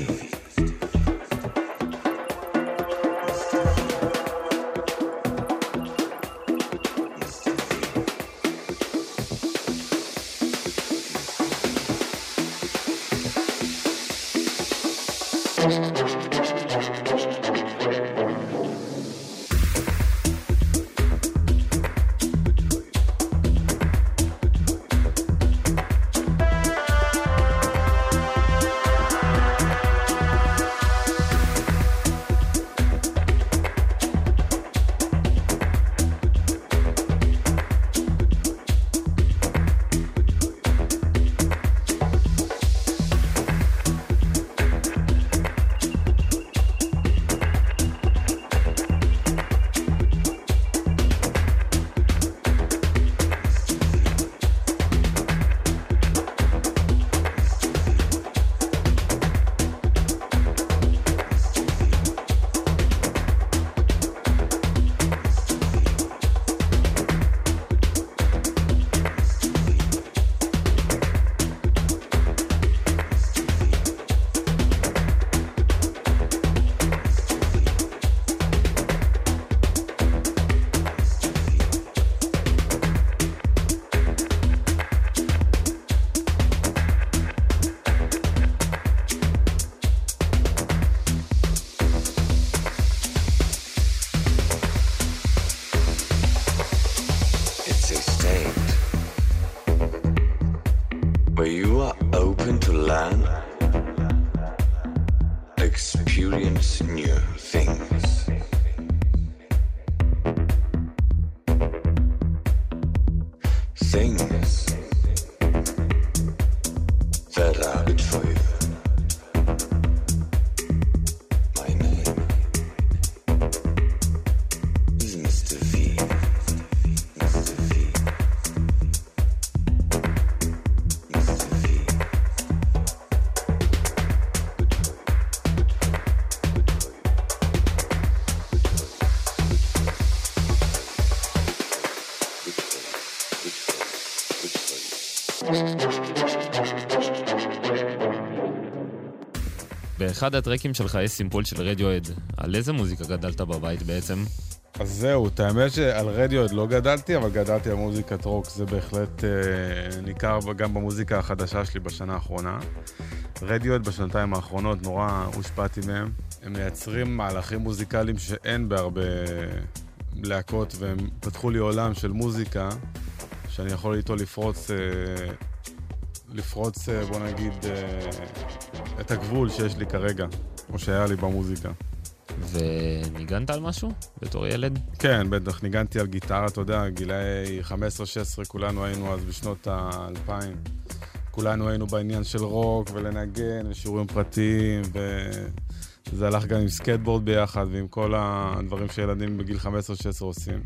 Where you are open to learn, experience new things. Things that are good for you. My name באחד הטרקים שלך יש סימפול של רדיואד. על איזה מוזיקה גדלת בבית בעצם? אז זהו, האמת שעל רדיואד לא גדלתי, אבל גדלתי על מוזיקת רוק. זה בהחלט אה, ניכר גם במוזיקה החדשה שלי בשנה האחרונה. רדיואד בשנתיים האחרונות נורא הושפעתי מהם. הם מייצרים מהלכים מוזיקליים שאין בהרבה להקות, והם פתחו לי עולם של מוזיקה שאני יכול איתו לפרוץ, אה, לפרוץ, אה, בוא נגיד, אה, את הגבול שיש לי כרגע, או שהיה לי במוזיקה. וניגנת על משהו בתור ילד? כן, בטח, ניגנתי על גיטרה, אתה יודע, גילאי חמש עשרה שש עשרה, כולנו היינו אז בשנות האלפיים. כולנו היינו בעניין של רוק ולנגן, ושיעורים פרטיים, וזה הלך גם עם סקייטבורד ביחד, ועם כל הדברים שילדים בגיל חמש עשרה שש עשרה עושים.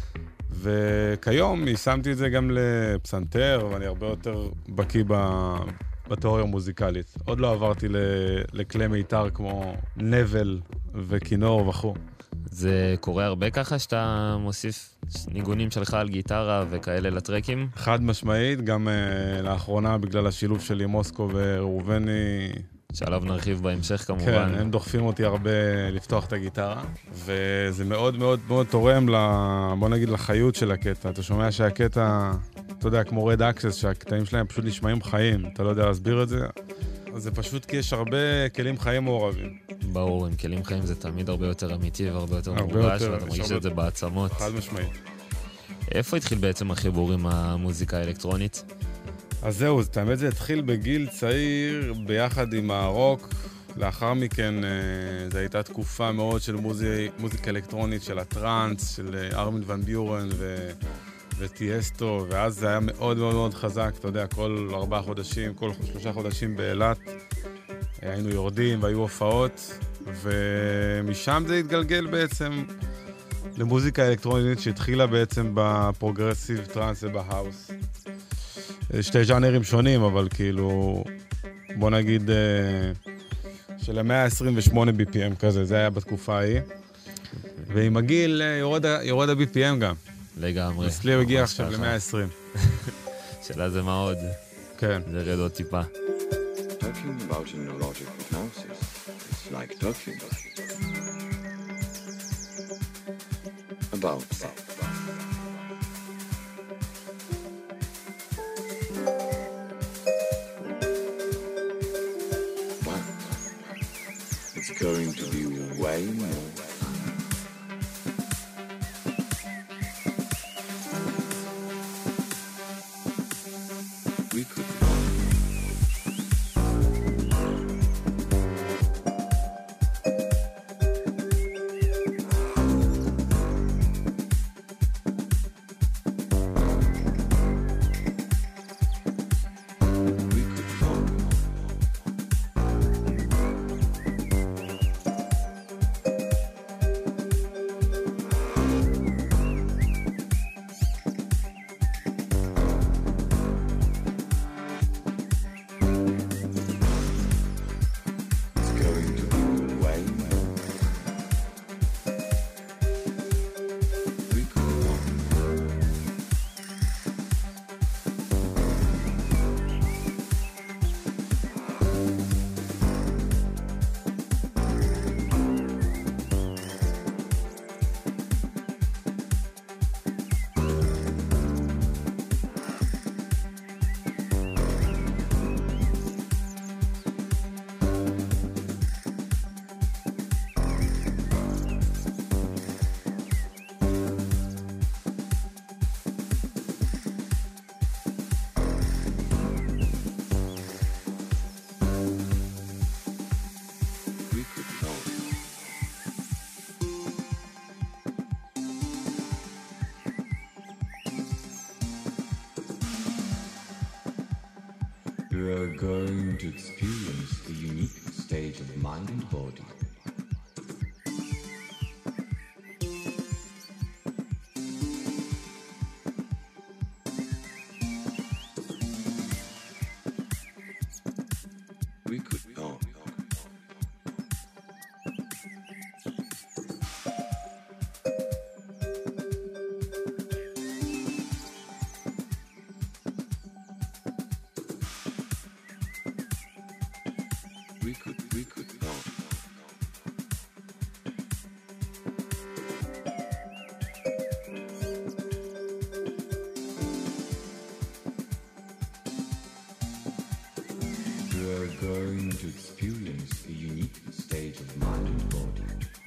וכיום שמתי את זה גם לפסנתר, ואני הרבה יותר בקיא בתיאוריה מוזיקלית. עוד לא עברתי לכלי מיתר כמו נבל וכינור וכו'. זה קורה הרבה ככה שאתה מוסיף ניגונים שלך על גיטרה וכאלה לטרקים? חד משמעית, גם uh, לאחרונה בגלל השילוב שלי מוסקו וראובני. שעליו נרחיב בהמשך כמובן. כן, הם דוחפים אותי הרבה לפתוח את הגיטרה, וזה מאוד מאוד מאוד תורם, בוא נגיד, לחיות של הקטע. אתה שומע שהקטע, אתה יודע, כמו רד אקסס, שהקטעים שלהם פשוט נשמעים חיים, אתה לא יודע להסביר את זה. אז זה פשוט כי יש הרבה כלים חיים מעורבים. ברור, עם כלים חיים זה תמיד הרבה יותר אמיתי והרבה יותר מורגש, ואתה מרגיש את זה בעצמות. חד משמעית. איפה התחיל בעצם החיבור עם המוזיקה האלקטרונית? אז זהו, האמת זה התחיל בגיל צעיר ביחד עם הרוק. לאחר מכן זו הייתה תקופה מאוד של מוזיק, מוזיקה אלקטרונית, של הטרנס, של ארמין ון ביורן ו... וטיאסטו, ואז זה היה מאוד מאוד מאוד חזק, אתה יודע, כל ארבעה חודשים, כל שלושה חודשים באילת, היינו יורדים והיו הופעות, ומשם זה התגלגל בעצם למוזיקה אלקטרונית שהתחילה בעצם בפרוגרסיב טרנס ובהאוס. שתי ז'אנרים שונים, אבל כאילו, בוא נגיד, של מאה עשרים ושמונה בי פי אם כזה, זה היה בתקופה ההיא. ועם הגיל יורד, יורד ה-בי פי אם גם. לגמרי. אצלי הוא הגיע עכשיו ל-מאה ועשרים. שאלה זה מה עוד? כן. זה רד עוד טיפה. Talking about neurologic hypnosis is like talking about that. But it's going to be way more. You are going to experience a unique state of mind and body. We could talk. going to experience a unique stage of mind and body.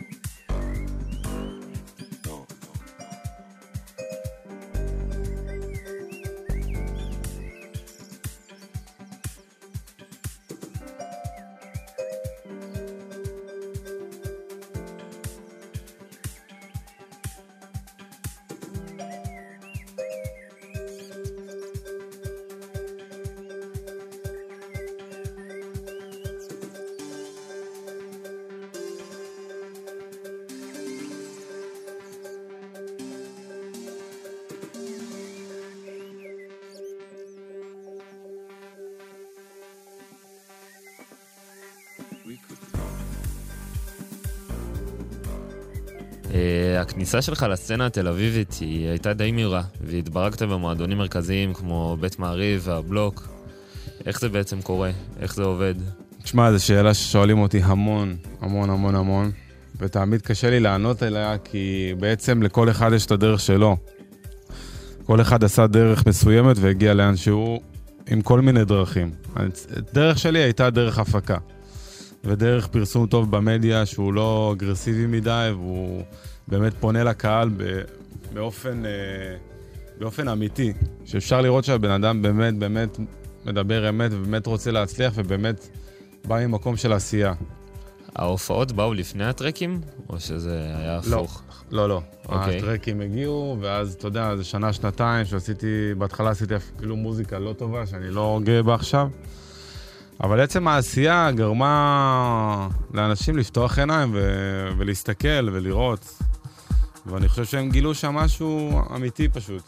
הכניסה שלך לסצנה התל אביבית היא הייתה די מהירה, והתברכת במועדונים מרכזיים כמו בית מעריב והבלוק. איך זה בעצם קורה? איך זה עובד? תשמע, זו שאלה ששואלים אותי המון, המון, המון, המון, ותמיד קשה לי לענות אליה, כי בעצם לכל אחד יש את הדרך שלו. כל אחד עשה דרך מסוימת והגיע לאן שהוא עם כל מיני דרכים. הדרך שלי הייתה דרך הפקה, ודרך פרסום טוב במדיה שהוא לא אגרסיבי מדי, והוא באמת פונה לקהל באופן, באופן אמיתי, שאפשר לראות שהבן אדם באמת, באמת מדבר אמת, ובאמת רוצה להצליח, ובאמת בא ממקום של עשייה. ההופעות באו לפני הטרקים, או שזה היה הפוך? לא, לא. Okay. הטרקים הגיעו, ואז, אתה יודע, זה שנה, שנתיים, שעשיתי, בהתחלה עשיתי אפילו מוזיקה לא טובה, שאני לא גאה בה עכשיו. אבל עצם העשייה גרמה לאנשים לפתוח עיניים ו- ולהסתכל ולראות. ואני חושב שהם גילו שם משהו אמיתי פשוט.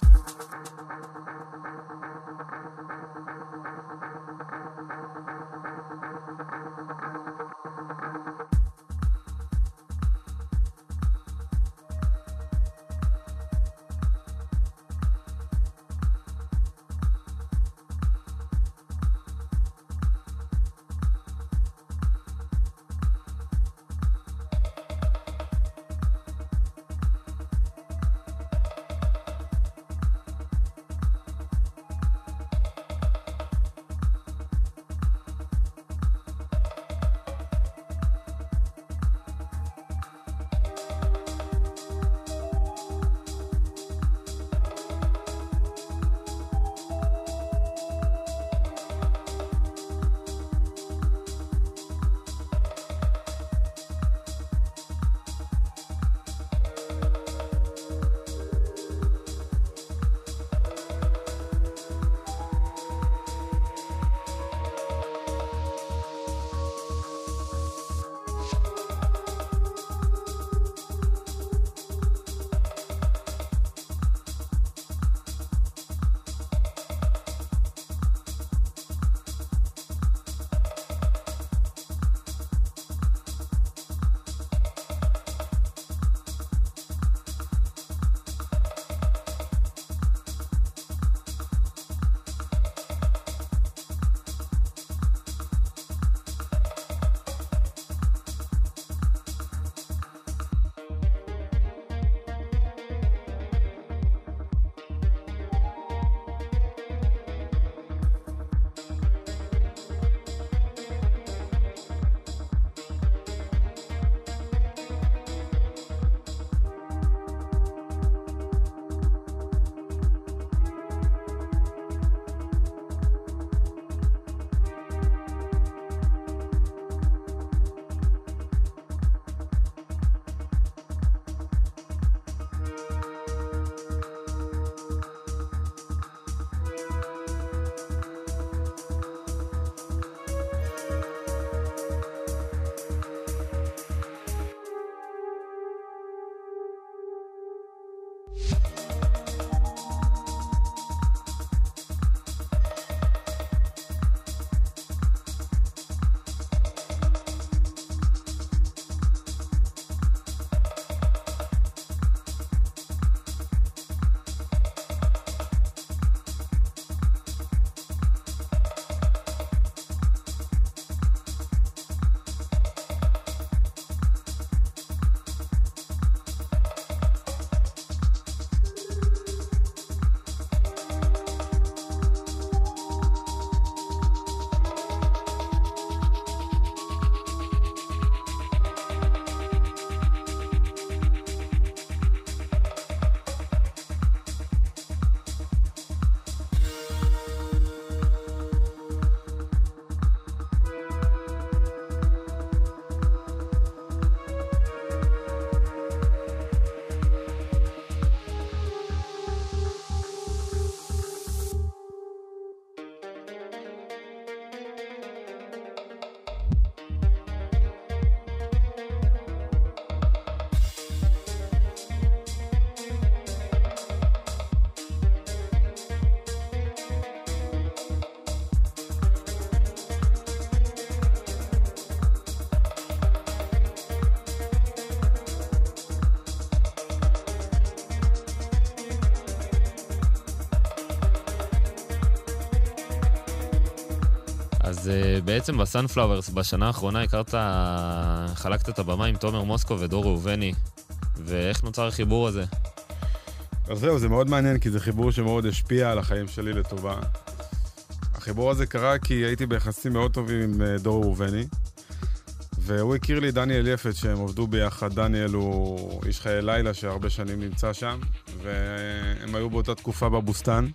אז uh, בעצם בסאנפלאוורס בשנה האחרונה הכרת, חלקת את הבמה עם תומר מוסקו ודור ראובני, ואיך נוצר החיבור הזה? אז זהו, זה מאוד מעניין, כי זה חיבור שמאוד השפיע על החיים שלי לטובה. החיבור הזה קרה כי הייתי ביחסים מאוד טובים עם דור ראובני, והוא הכיר לי דניאל יפת שהם עובדו ביחד. דניאל הוא איש חיי לילה שהרבה שנים נמצא שם, והם היו באותה תקופה בבוסטן,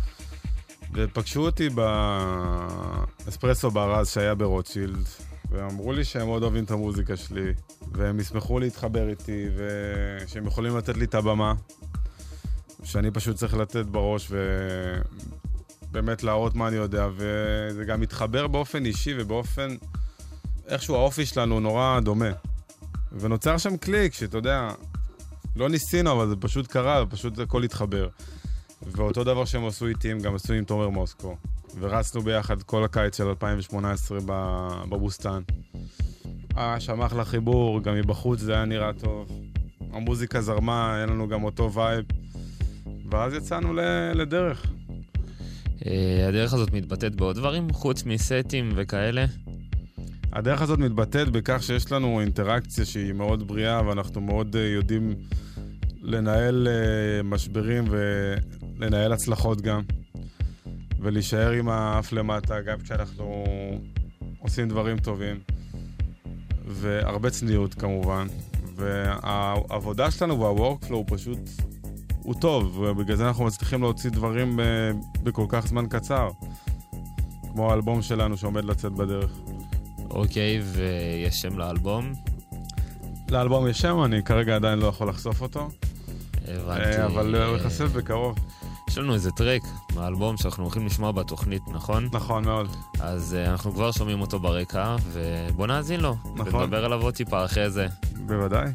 ופגשו אותי באספרסו בארז שהיה ברוטשילד, ואמרו לי שהם מאוד אוהבים את המוזיקה שלי, והם ישמחו להתחבר איתי, ושהם יכולים לתת לי את הבמה, שאני פשוט צריך לתת בראש ובאמת להראות מה אני יודע, וזה גם מתחבר באופן אישי ובאופן איכשהו האופי שלנו נורא דומה. ונוצר שם קליק שאתה יודע, לא ניסינו, אבל זה פשוט קרה, פשוט הכל התחבר. ואותו דבר שהם עשו איתי, הם גם עשו עם תומר מוסקו. ורצנו ביחד כל הקיץ של אלפיים שמונה עשרה בבוסטן. אה, שמח לחיבור, גם מבחוץ זה היה נראה טוב. המוזיקה זרמה, היה לנו גם אותו וייב. ואז יצאנו לדרך. הדרך הזאת מתבטאת בעוד דברים, חוץ מסטים וכאלה? הדרך הזאת מתבטאת בכך שיש לנו אינטראקציה שהיא מאוד בריאה, ואנחנו מאוד יודעים לנהל משברים ולנהל הצלחות גם, ולהישאר עם האף למטה, גם כשאנחנו עושים דברים טובים, והרבה צניעות כמובן. והעבודה שלנו והוורקפלו הוא פשוט, הוא טוב, ובגלל זה אנחנו מצליחים להוציא דברים בכל כך זמן קצר, כמו האלבום שלנו שעומד לצאת בדרך. אוקיי, ויש שם לאלבום? לאלבום יש שם, אני כרגע עדיין לא יכול לחשוף אותו. הבנתי. אבל הוא יחשף בקרוב. יש לנו איזה טרק מהאלבום שאנחנו הולכים לשמוע בתוכנית, נכון? נכון מאוד. אז אנחנו כבר שומעים אותו ברקע, ובוא נאזין לו. נכון. ונדבר עליו עוד טיפה אחרי זה. בוודאי.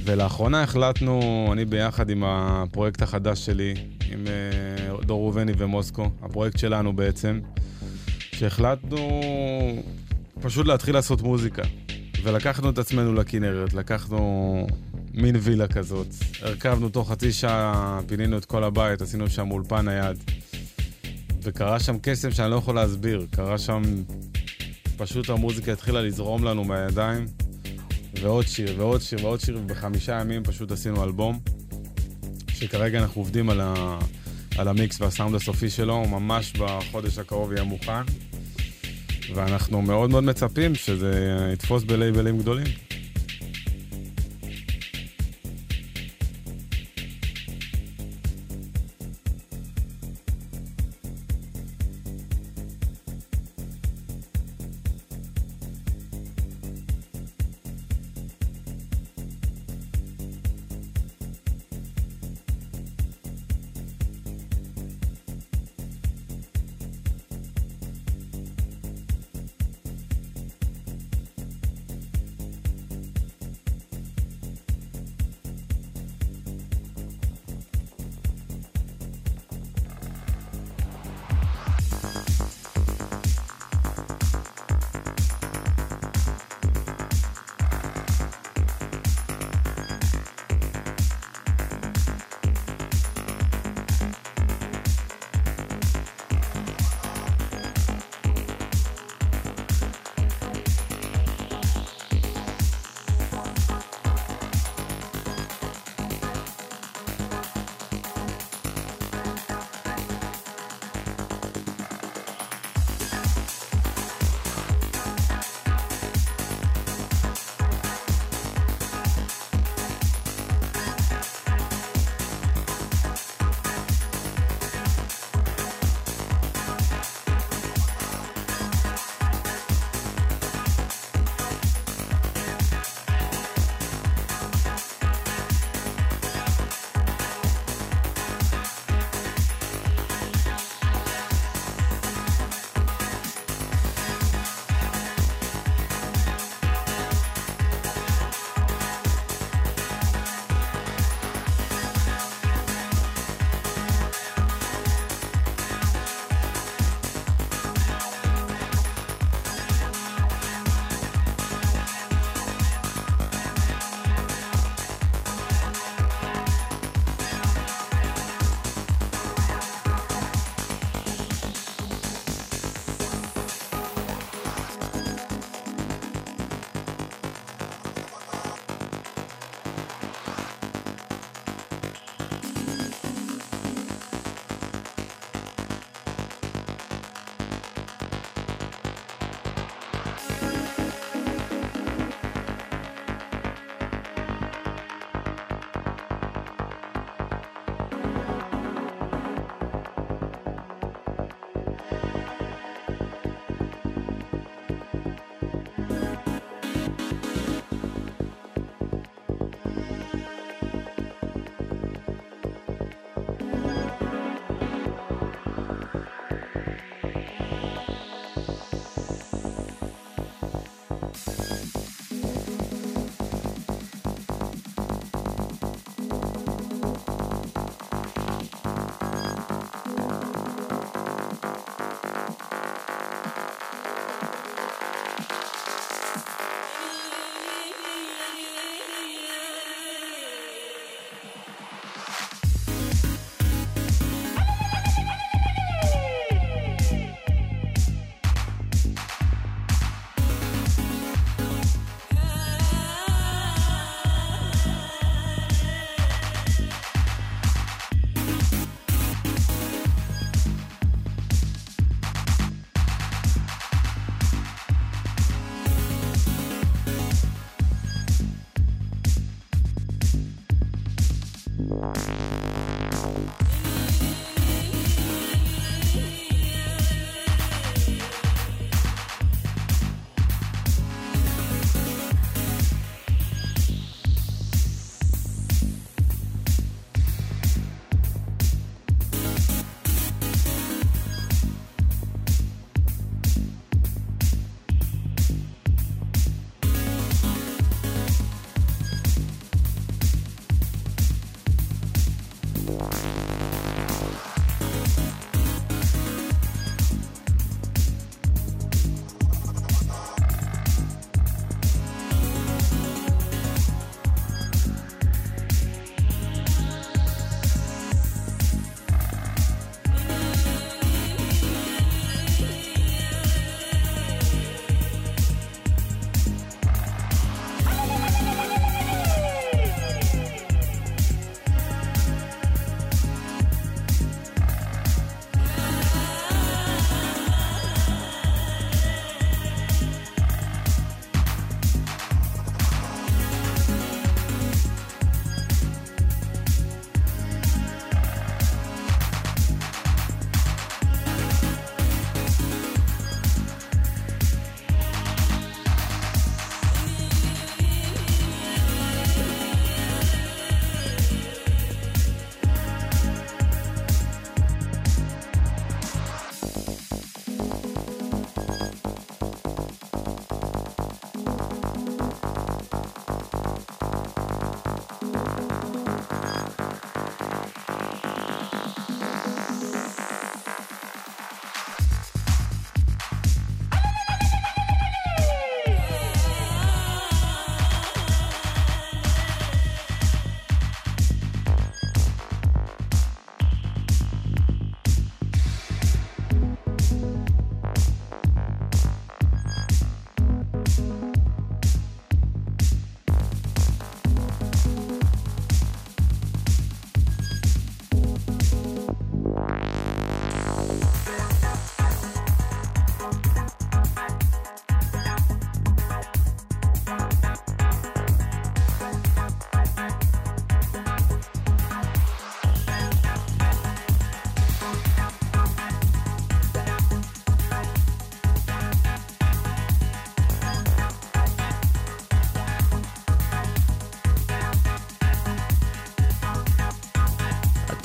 ולאחרונה החלטנו, אני ביחד עם הפרויקט החדש שלי, עם דור רובני ומוסקו, הפרויקט שלנו בעצם, שהחלטנו פשוט להתחיל לעשות מוזיקה. ולקחנו את עצמנו לכנרת, לקחנו מין וילה כזאת, הרכבנו תוך חצי שעה, פינינו את כל הבית, עשינו שם אולפן נייד, וקרה שם קסם שאני לא יכול להסביר, קרה שם, פשוט המוזיקה התחילה לזרום לנו מהידיים, ועוד שיר, ועוד שיר, ועוד שיר, ובחמישה ימים פשוט עשינו אלבום, שכרגע אנחנו עובדים על, ה... על המיקס והסאונד הסופי שלו, ממש בחודש הקרוב יהיה מוכן, ואנחנו מאוד מאוד מצפים שזה יתפוס בלייבלים גדולים.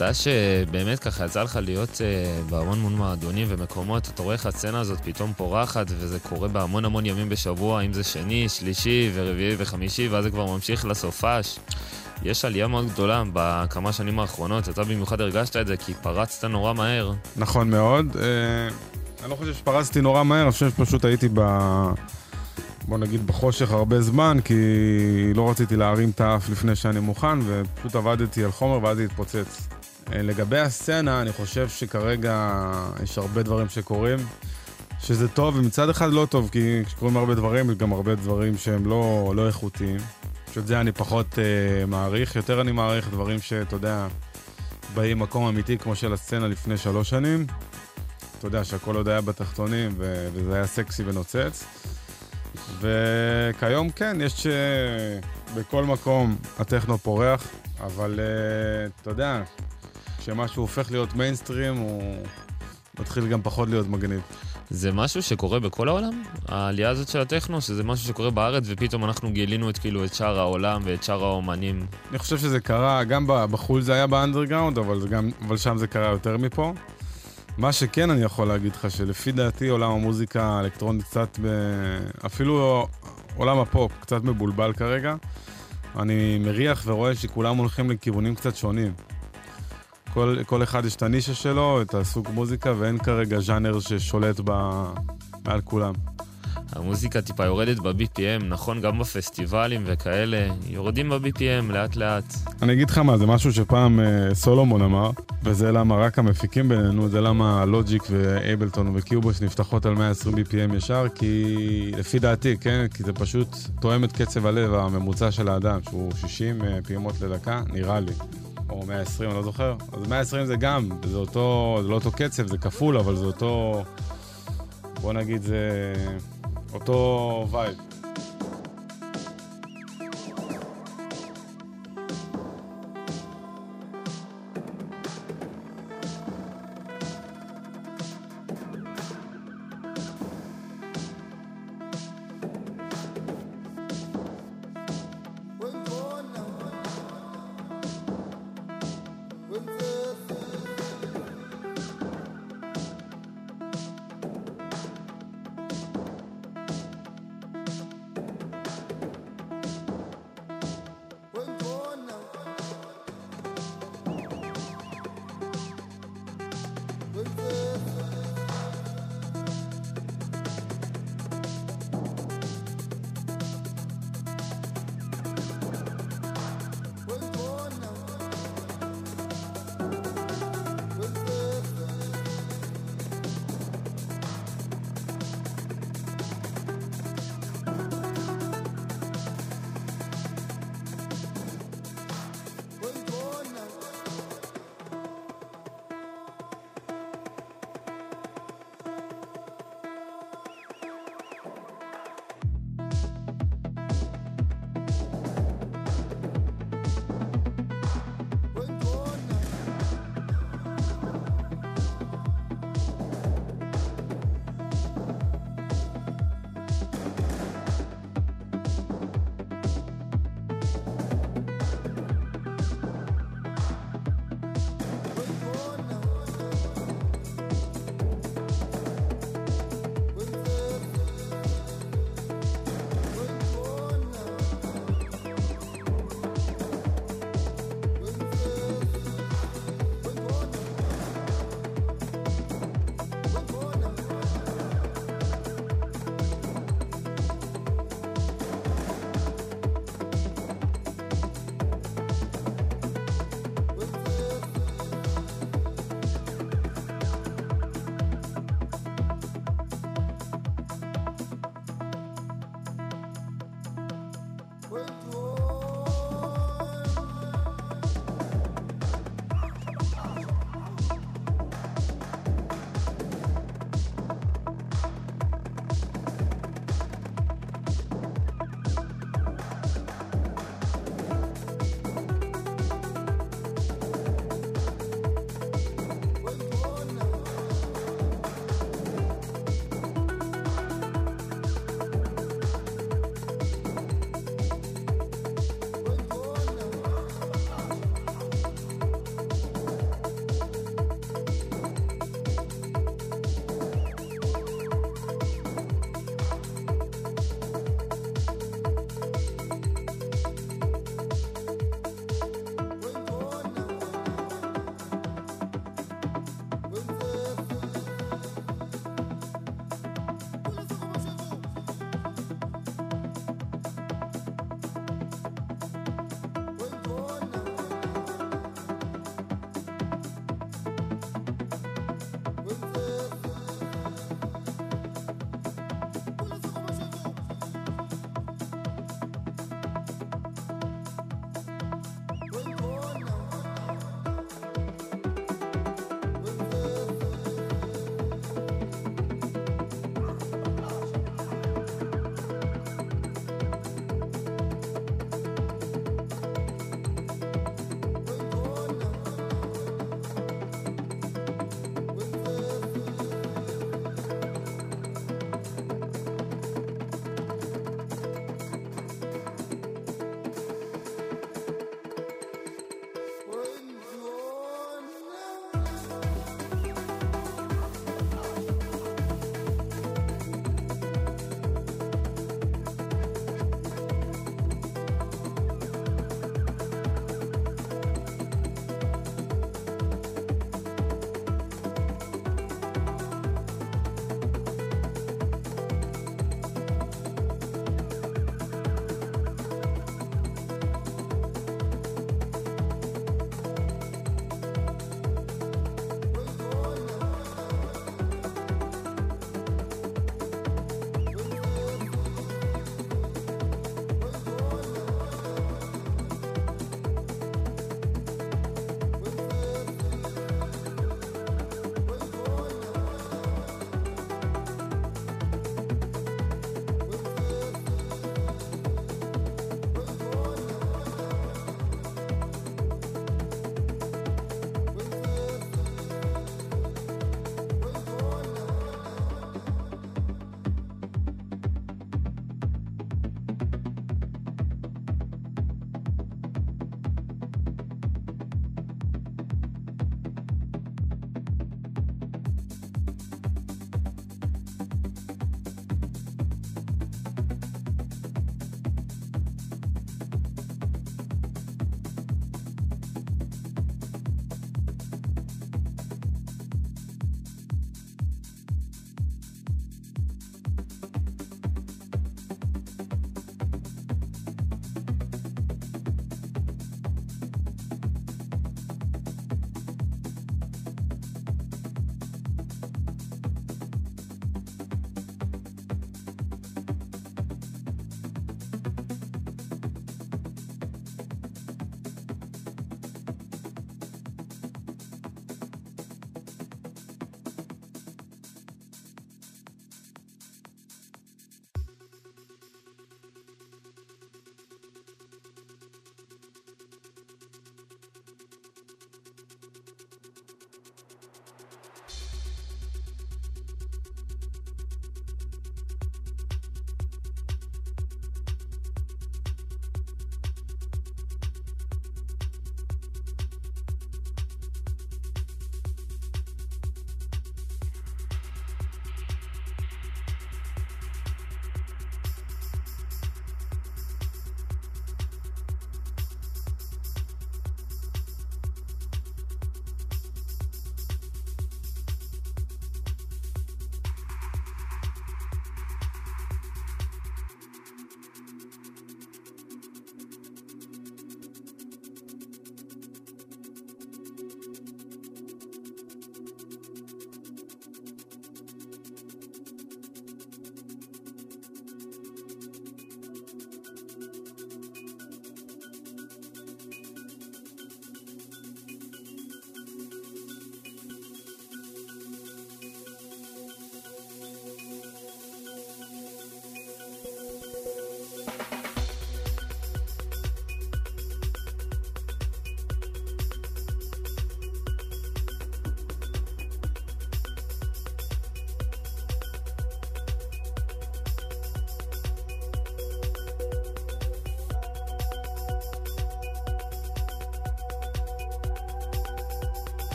אתה שבאמת ככה יצא לך להיות בהמון מון מועדונים ומקומות, אתה רואה איך הסצנה הזאת פתאום פורחת, וזה קורה בהמון המון ימים בשבוע, אם זה שני, שלישי ורביעי וחמישי, ואז זה כבר ממשיך לסופש. יש עלייה מאוד גדולה בכמה שנים האחרונות, אתה במיוחד הרגשת את זה כי פרצת נורא מהר. נכון מאוד. אני לא חושב שפרצתי נורא מהר, אני חושב שפשוט הייתי ב... בוא נגיד בחושך הרבה זמן, כי לא רציתי להרים את האף לפני שאני מוכן, ופשוט עבדתי על חומר ואז התפוצץ. לגבי הסצנה, אני חושב שכרגע יש הרבה דברים שקורים, שזה טוב, ומצד אחד לא טוב, כי כשקוראים הרבה דברים, יש גם הרבה דברים שהם לא, לא איכותיים. פשוט זה אני פחות uh, מעריך, יותר אני מעריך דברים שאתה יודע, באים מקום אמיתי כמו של הסצנה לפני שלוש שנים. אתה יודע שהכל עוד היה בתחתונים, ו- וזה היה סקסי ונוצץ. וכיום כן, יש בכל מקום הטכנו פורח, אבל uh, אתה יודע, כשמשהו הופך להיות מיינסטרים, הוא מתחיל גם פחות להיות מגניב. זה משהו שקורה בכל העולם? העלייה הזאת של הטכנו, שזה משהו שקורה בארץ, ופתאום אנחנו גילינו את כאילו את שאר העולם ואת שאר האומנים. אני חושב שזה קרה, גם בחול זה היה באנדרגראונד, אבל, גם, אבל שם זה קרה יותר מפה. מה שכן אני יכול להגיד לך, שלפי דעתי עולם המוזיקה האלקטרונית קצת, ב... אפילו עולם הפופ קצת מבולבל כרגע. אני מריח ורואה שכולם הולכים לכיוונים קצת שונים. כל, כל אחד יש את הנישה שלו, את הסוג מוזיקה, ואין כרגע ז'אנר ששולט ב... מעל כולם. המוזיקה טיפה יורדת ב-בי פי אם, נכון? גם בפסטיבלים וכאלה, יורדים ב-בי פי אם לאט לאט. אני אגיד לך מה, זה משהו שפעם אה, סולומון אמר, וזה למה רק המפיקים בינינו, זה למה לוג'יק ואייבלטון וקיובוס נפתחות על מאה ועשרים בי פי אם ישר, כי לפי דעתי, כן? כי זה פשוט תואם את קצב הלב הממוצע של האדם, שהוא שישים אה, פעימות לדקה, נראה לי. או מאה ועשרים, אני לא זוכר. אז מאה ועשרים זה גם, זה אותו, זה לא אותו קצב, זה כפול, אבל זה אותו, בוא נגיד, זה אותו וייב.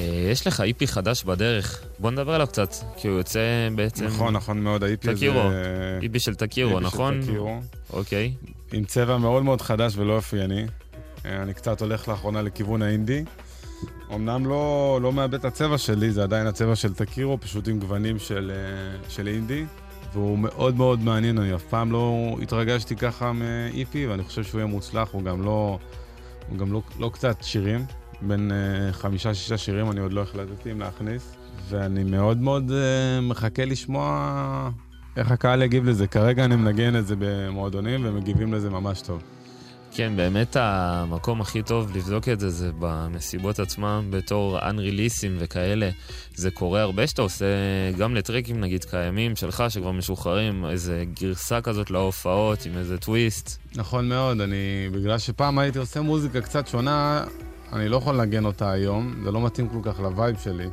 יש לך איפי חדש בדרך, בוא נדבר עליו קצת, כי הוא יוצא בעצם... נכון, נכון מאוד, האיפי הזה... תקירו, איפי של תקירו, נכון? איפי של תקירו. אוקיי. עם צבע מאוד מאוד חדש ולא אופייני. אני קצת הולך לאחרונה לכיוון האינדי. אמנם לא, לא מאבד את הצבע שלי, זה עדיין הצבע של תקירו, פשוט עם גוונים של, של אינדי. והוא מאוד מאוד מעניין, אני אף פעם לא התרגשתי ככה מאיפי, ואני חושב שהוא יהיה מוצלח, הוא גם לא, הוא גם לא, לא קצת שירים. בין uh, חמישה, שישה שירים, אני עוד לא החלטתי אם להכניס. ואני מאוד מאוד uh, מחכה לשמוע איך הקהל יגיב לזה. כרגע אני מנגן את זה במועדונים ומגיבים לזה ממש טוב. כן, באמת המקום הכי טוב לבדוק את זה זה במסיבות עצמם בתור אנריליסים וכאלה. זה קורה הרבה שאתה עושה גם לטרקים נגיד קיימים שלך שכבר משוחררים, איזה גרסה כזאת להופעות עם איזה טוויסט. נכון מאוד, אני בגלל שפעם הייתי עושה מוזיקה קצת שונה, אני לא יכול לנגן אותה היום, זה לא מתאים כל כך לווייב שלי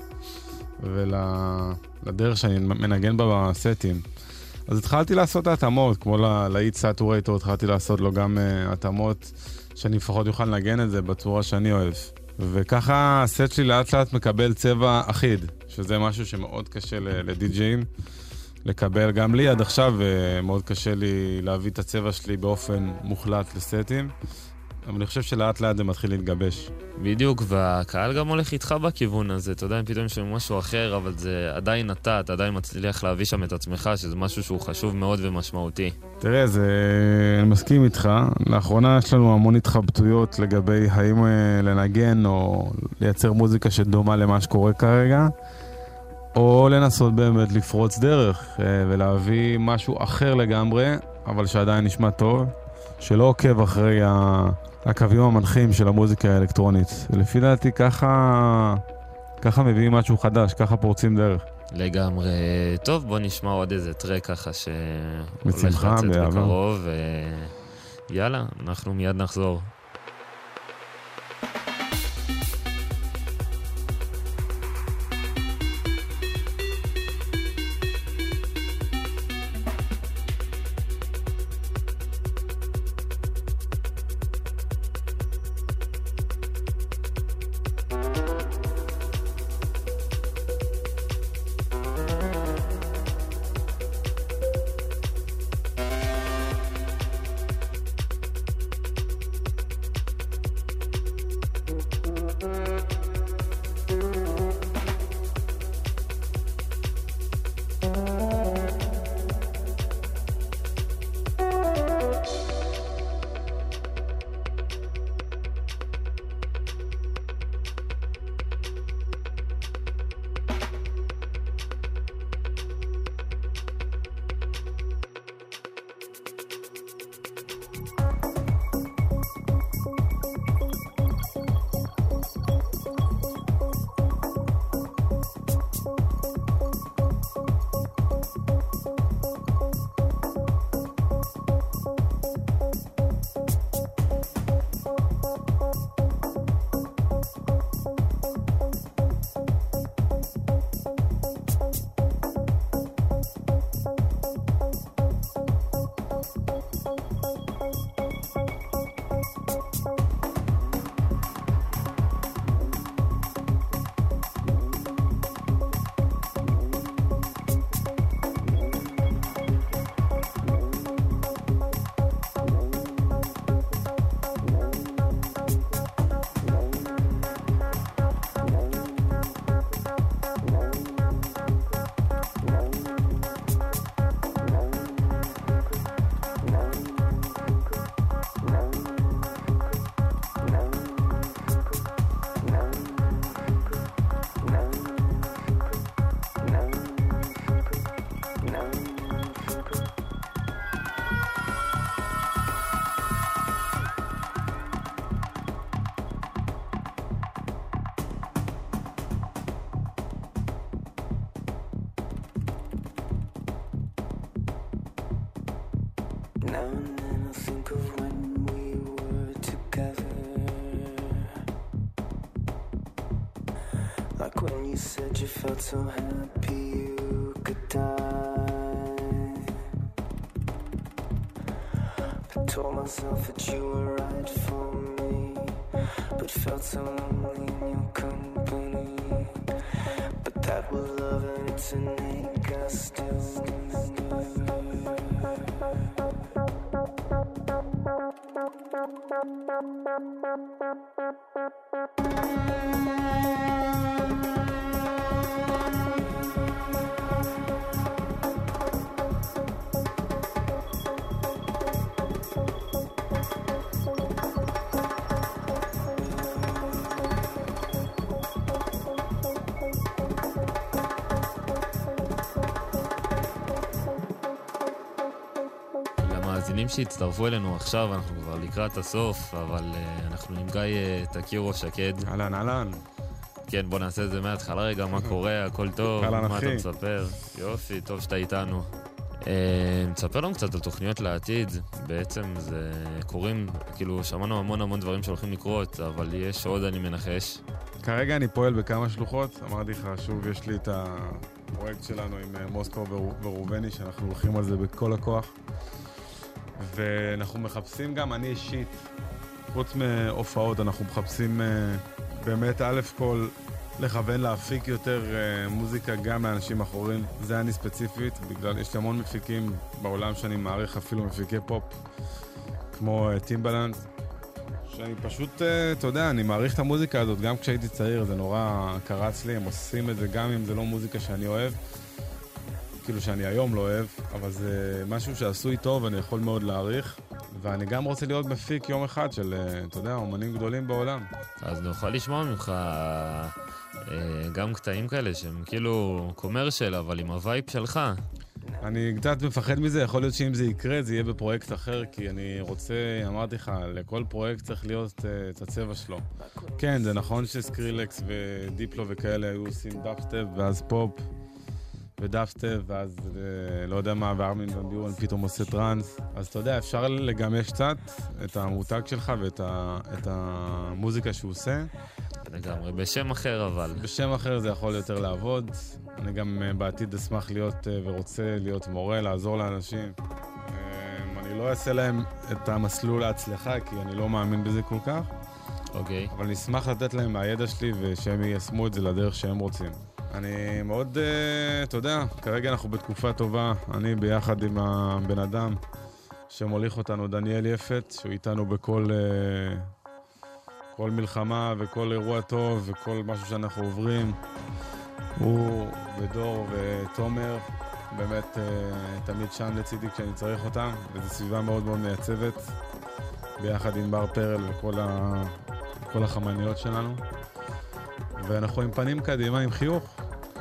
ולדרך שאני מנגן בה בסטים. אז התחלתי לעשות התאמות, כמו להיט סאטורייטור, התחלתי לעשות לו גם uh, התאמות שאני לפחות יוכל לנגן את זה בצורה שאני אוהב. וככה הסט שלי לאט לאט מקבל צבע אחיד, שזה משהו שמאוד קשה לדי-ג'אים לקבל. גם לי עד עכשיו uh, מאוד קשה לי להביא את הצבע שלי באופן מוחלט לסטים. אבל אני חושב שלאט לאט זה מתחיל להתגבש. בדיוק, והקהל גם הולך איתך בכיוון הזה. אתה יודע, פתאום יש משהו אחר, אבל זה עדיין אתה, אתה עדיין מצליח להביא שם את עצמך, שזה משהו שהוא חשוב מאוד ומשמעותי. תראה, זה... אני מסכים איתך. לאחרונה יש לנו המון התחבטויות לגבי האם לנגן או לייצר מוזיקה שדומה למה שקורה כרגע, או לנסות באמת לפרוץ דרך ולהביא משהו אחר לגמרי, אבל שעדיין נשמע טוב, שלא עוקב אחרי ה... הקווים המנחים של המוזיקה האלקטרונית. לפי דעתי ככה, ככה מביאים משהו חדש, ככה פורצים דרך. לגמרי. טוב, בוא נשמע עוד איזה טרק ככה שהולך לצאת בקרוב. יאללה, אנחנו מיד נחזור. Now and then I think of when we were together, like when you said you felt so happy you could die. I told myself that you were right for me, but felt so lonely in your company. fascinate us still. למאזינים שהצטרפו אלינו עכשיו, אנחנו כבר לקראת הסוף, אבל uh, אנחנו עם גיא uh, תכירו שקד. אהלן, אהלן. כן, בוא נעשה את זה מההתחלה רגע, מה קורה, הכל טוב, אהלן, מה אחי. אתה מספר? יופי, טוב שאתה איתנו. Uh, תספר לנו קצת על תוכניות לעתיד, בעצם זה קורים, כאילו שמענו המון המון דברים שהולכים לקרות, אבל יש עוד אני מנחש. כרגע אני פועל בכמה שלוחות, אמרתי לך, שוב, יש לי את הפרויקט שלנו עם uh, מוסקו ורו- ורובני, שאנחנו הולכים על זה בכל הכוח. ואנחנו מחפשים גם, אני אישית, חוץ מהופעות, אנחנו מחפשים uh, באמת א' כל לכוון להפיק יותר uh, מוזיקה גם לאנשים אחרים. זה אני ספציפית, בגלל יש לי המון מפיקים בעולם שאני מעריך, אפילו מפיקי פופ, כמו uh, טימבלנד, שאני פשוט, uh, אתה יודע, אני מעריך את המוזיקה הזאת, גם כשהייתי צעיר, זה נורא קרץ לי, הם עושים את זה גם אם זה לא מוזיקה שאני אוהב, כאילו שאני היום לא אוהב, אבל זה משהו שעשוי טוב ואני יכול מאוד להעריך, ואני גם רוצה להיות מפיק יום אחד של, אתה יודע, אומנים גדולים בעולם. אז נוכל לשמוע ממך אה, גם קטעים כאלה שהם כאילו קומרשל, אבל עם הווייב שלך. אני קצת מפחד מזה, יכול להיות שאם זה יקרה, זה יהיה בפרויקט אחר, כי אני רוצה, אמרתי לך, לכל פרויקט צריך להיות uh, את הצבע שלו. כן, זה נכון שסקרילקס ודיפלו וכאלה היו עושים דאפסטפ ואז פופ, ודאפסטפ, ואז אה, לא יודע מה, וארמין ון ביורן פתאום עושה טרנס. אז אתה יודע, אפשר לגמש קצת את המותג שלך ואת ה, את המוזיקה שהוא עושה. לגמרי, בשם אחר אבל. בשם אחר זה יכול יותר לעבוד. אני גם אה, בעתיד אשמח להיות אה, ורוצה להיות מורה, לעזור לאנשים. אה, אני לא אעשה להם את המסלול להצלחה, כי אני לא מאמין בזה כל כך. אוקיי. אבל אני אשמח לתת להם מהידע שלי ושהם יישמו את זה לדרך שהם רוצים. אני מאוד, uh, אתה יודע, כרגע אנחנו בתקופה טובה, אני ביחד עם הבן אדם שמוליך אותנו, דניאל יפת, שהוא איתנו בכל uh, כל מלחמה וכל אירוע טוב וכל משהו שאנחנו עוברים. הוא ודור ותומר, באמת uh, תמיד שם לצידי כשאני צריך אותם, וזו סביבה מאוד מאוד מייצבת, ביחד עם בר פרל וכל ה, כל החמניות שלנו. ואנחנו עם פנים קדימה, עם חיוך.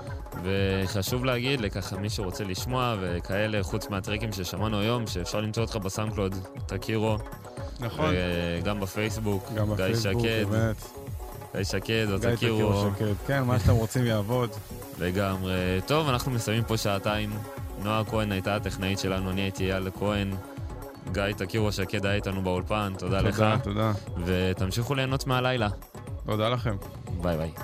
וחשוב להגיד לככה מי שרוצה לשמוע וכאלה, חוץ מהטרקים ששמענו היום, שאפשר למצוא אותך בסאונדקלאוד, תכירו. נכון. וגם בפייסבוק, גם גיא בפייסבוק, שקד. באמת. גיא שקד, או גיא תכירו. שקד. כן, מה שאתם רוצים יעבוד. לגמרי. טוב, אנחנו מסיימים פה שעתיים. נועה כהן הייתה הטכנאית שלנו, אני הייתי אייל כהן. גיא תכירו שקד היה איתנו באולפן, תודה לך. תודה, תודה. ותמשיכו ליהנות מהלילה. תודה לכם. ביי ביי.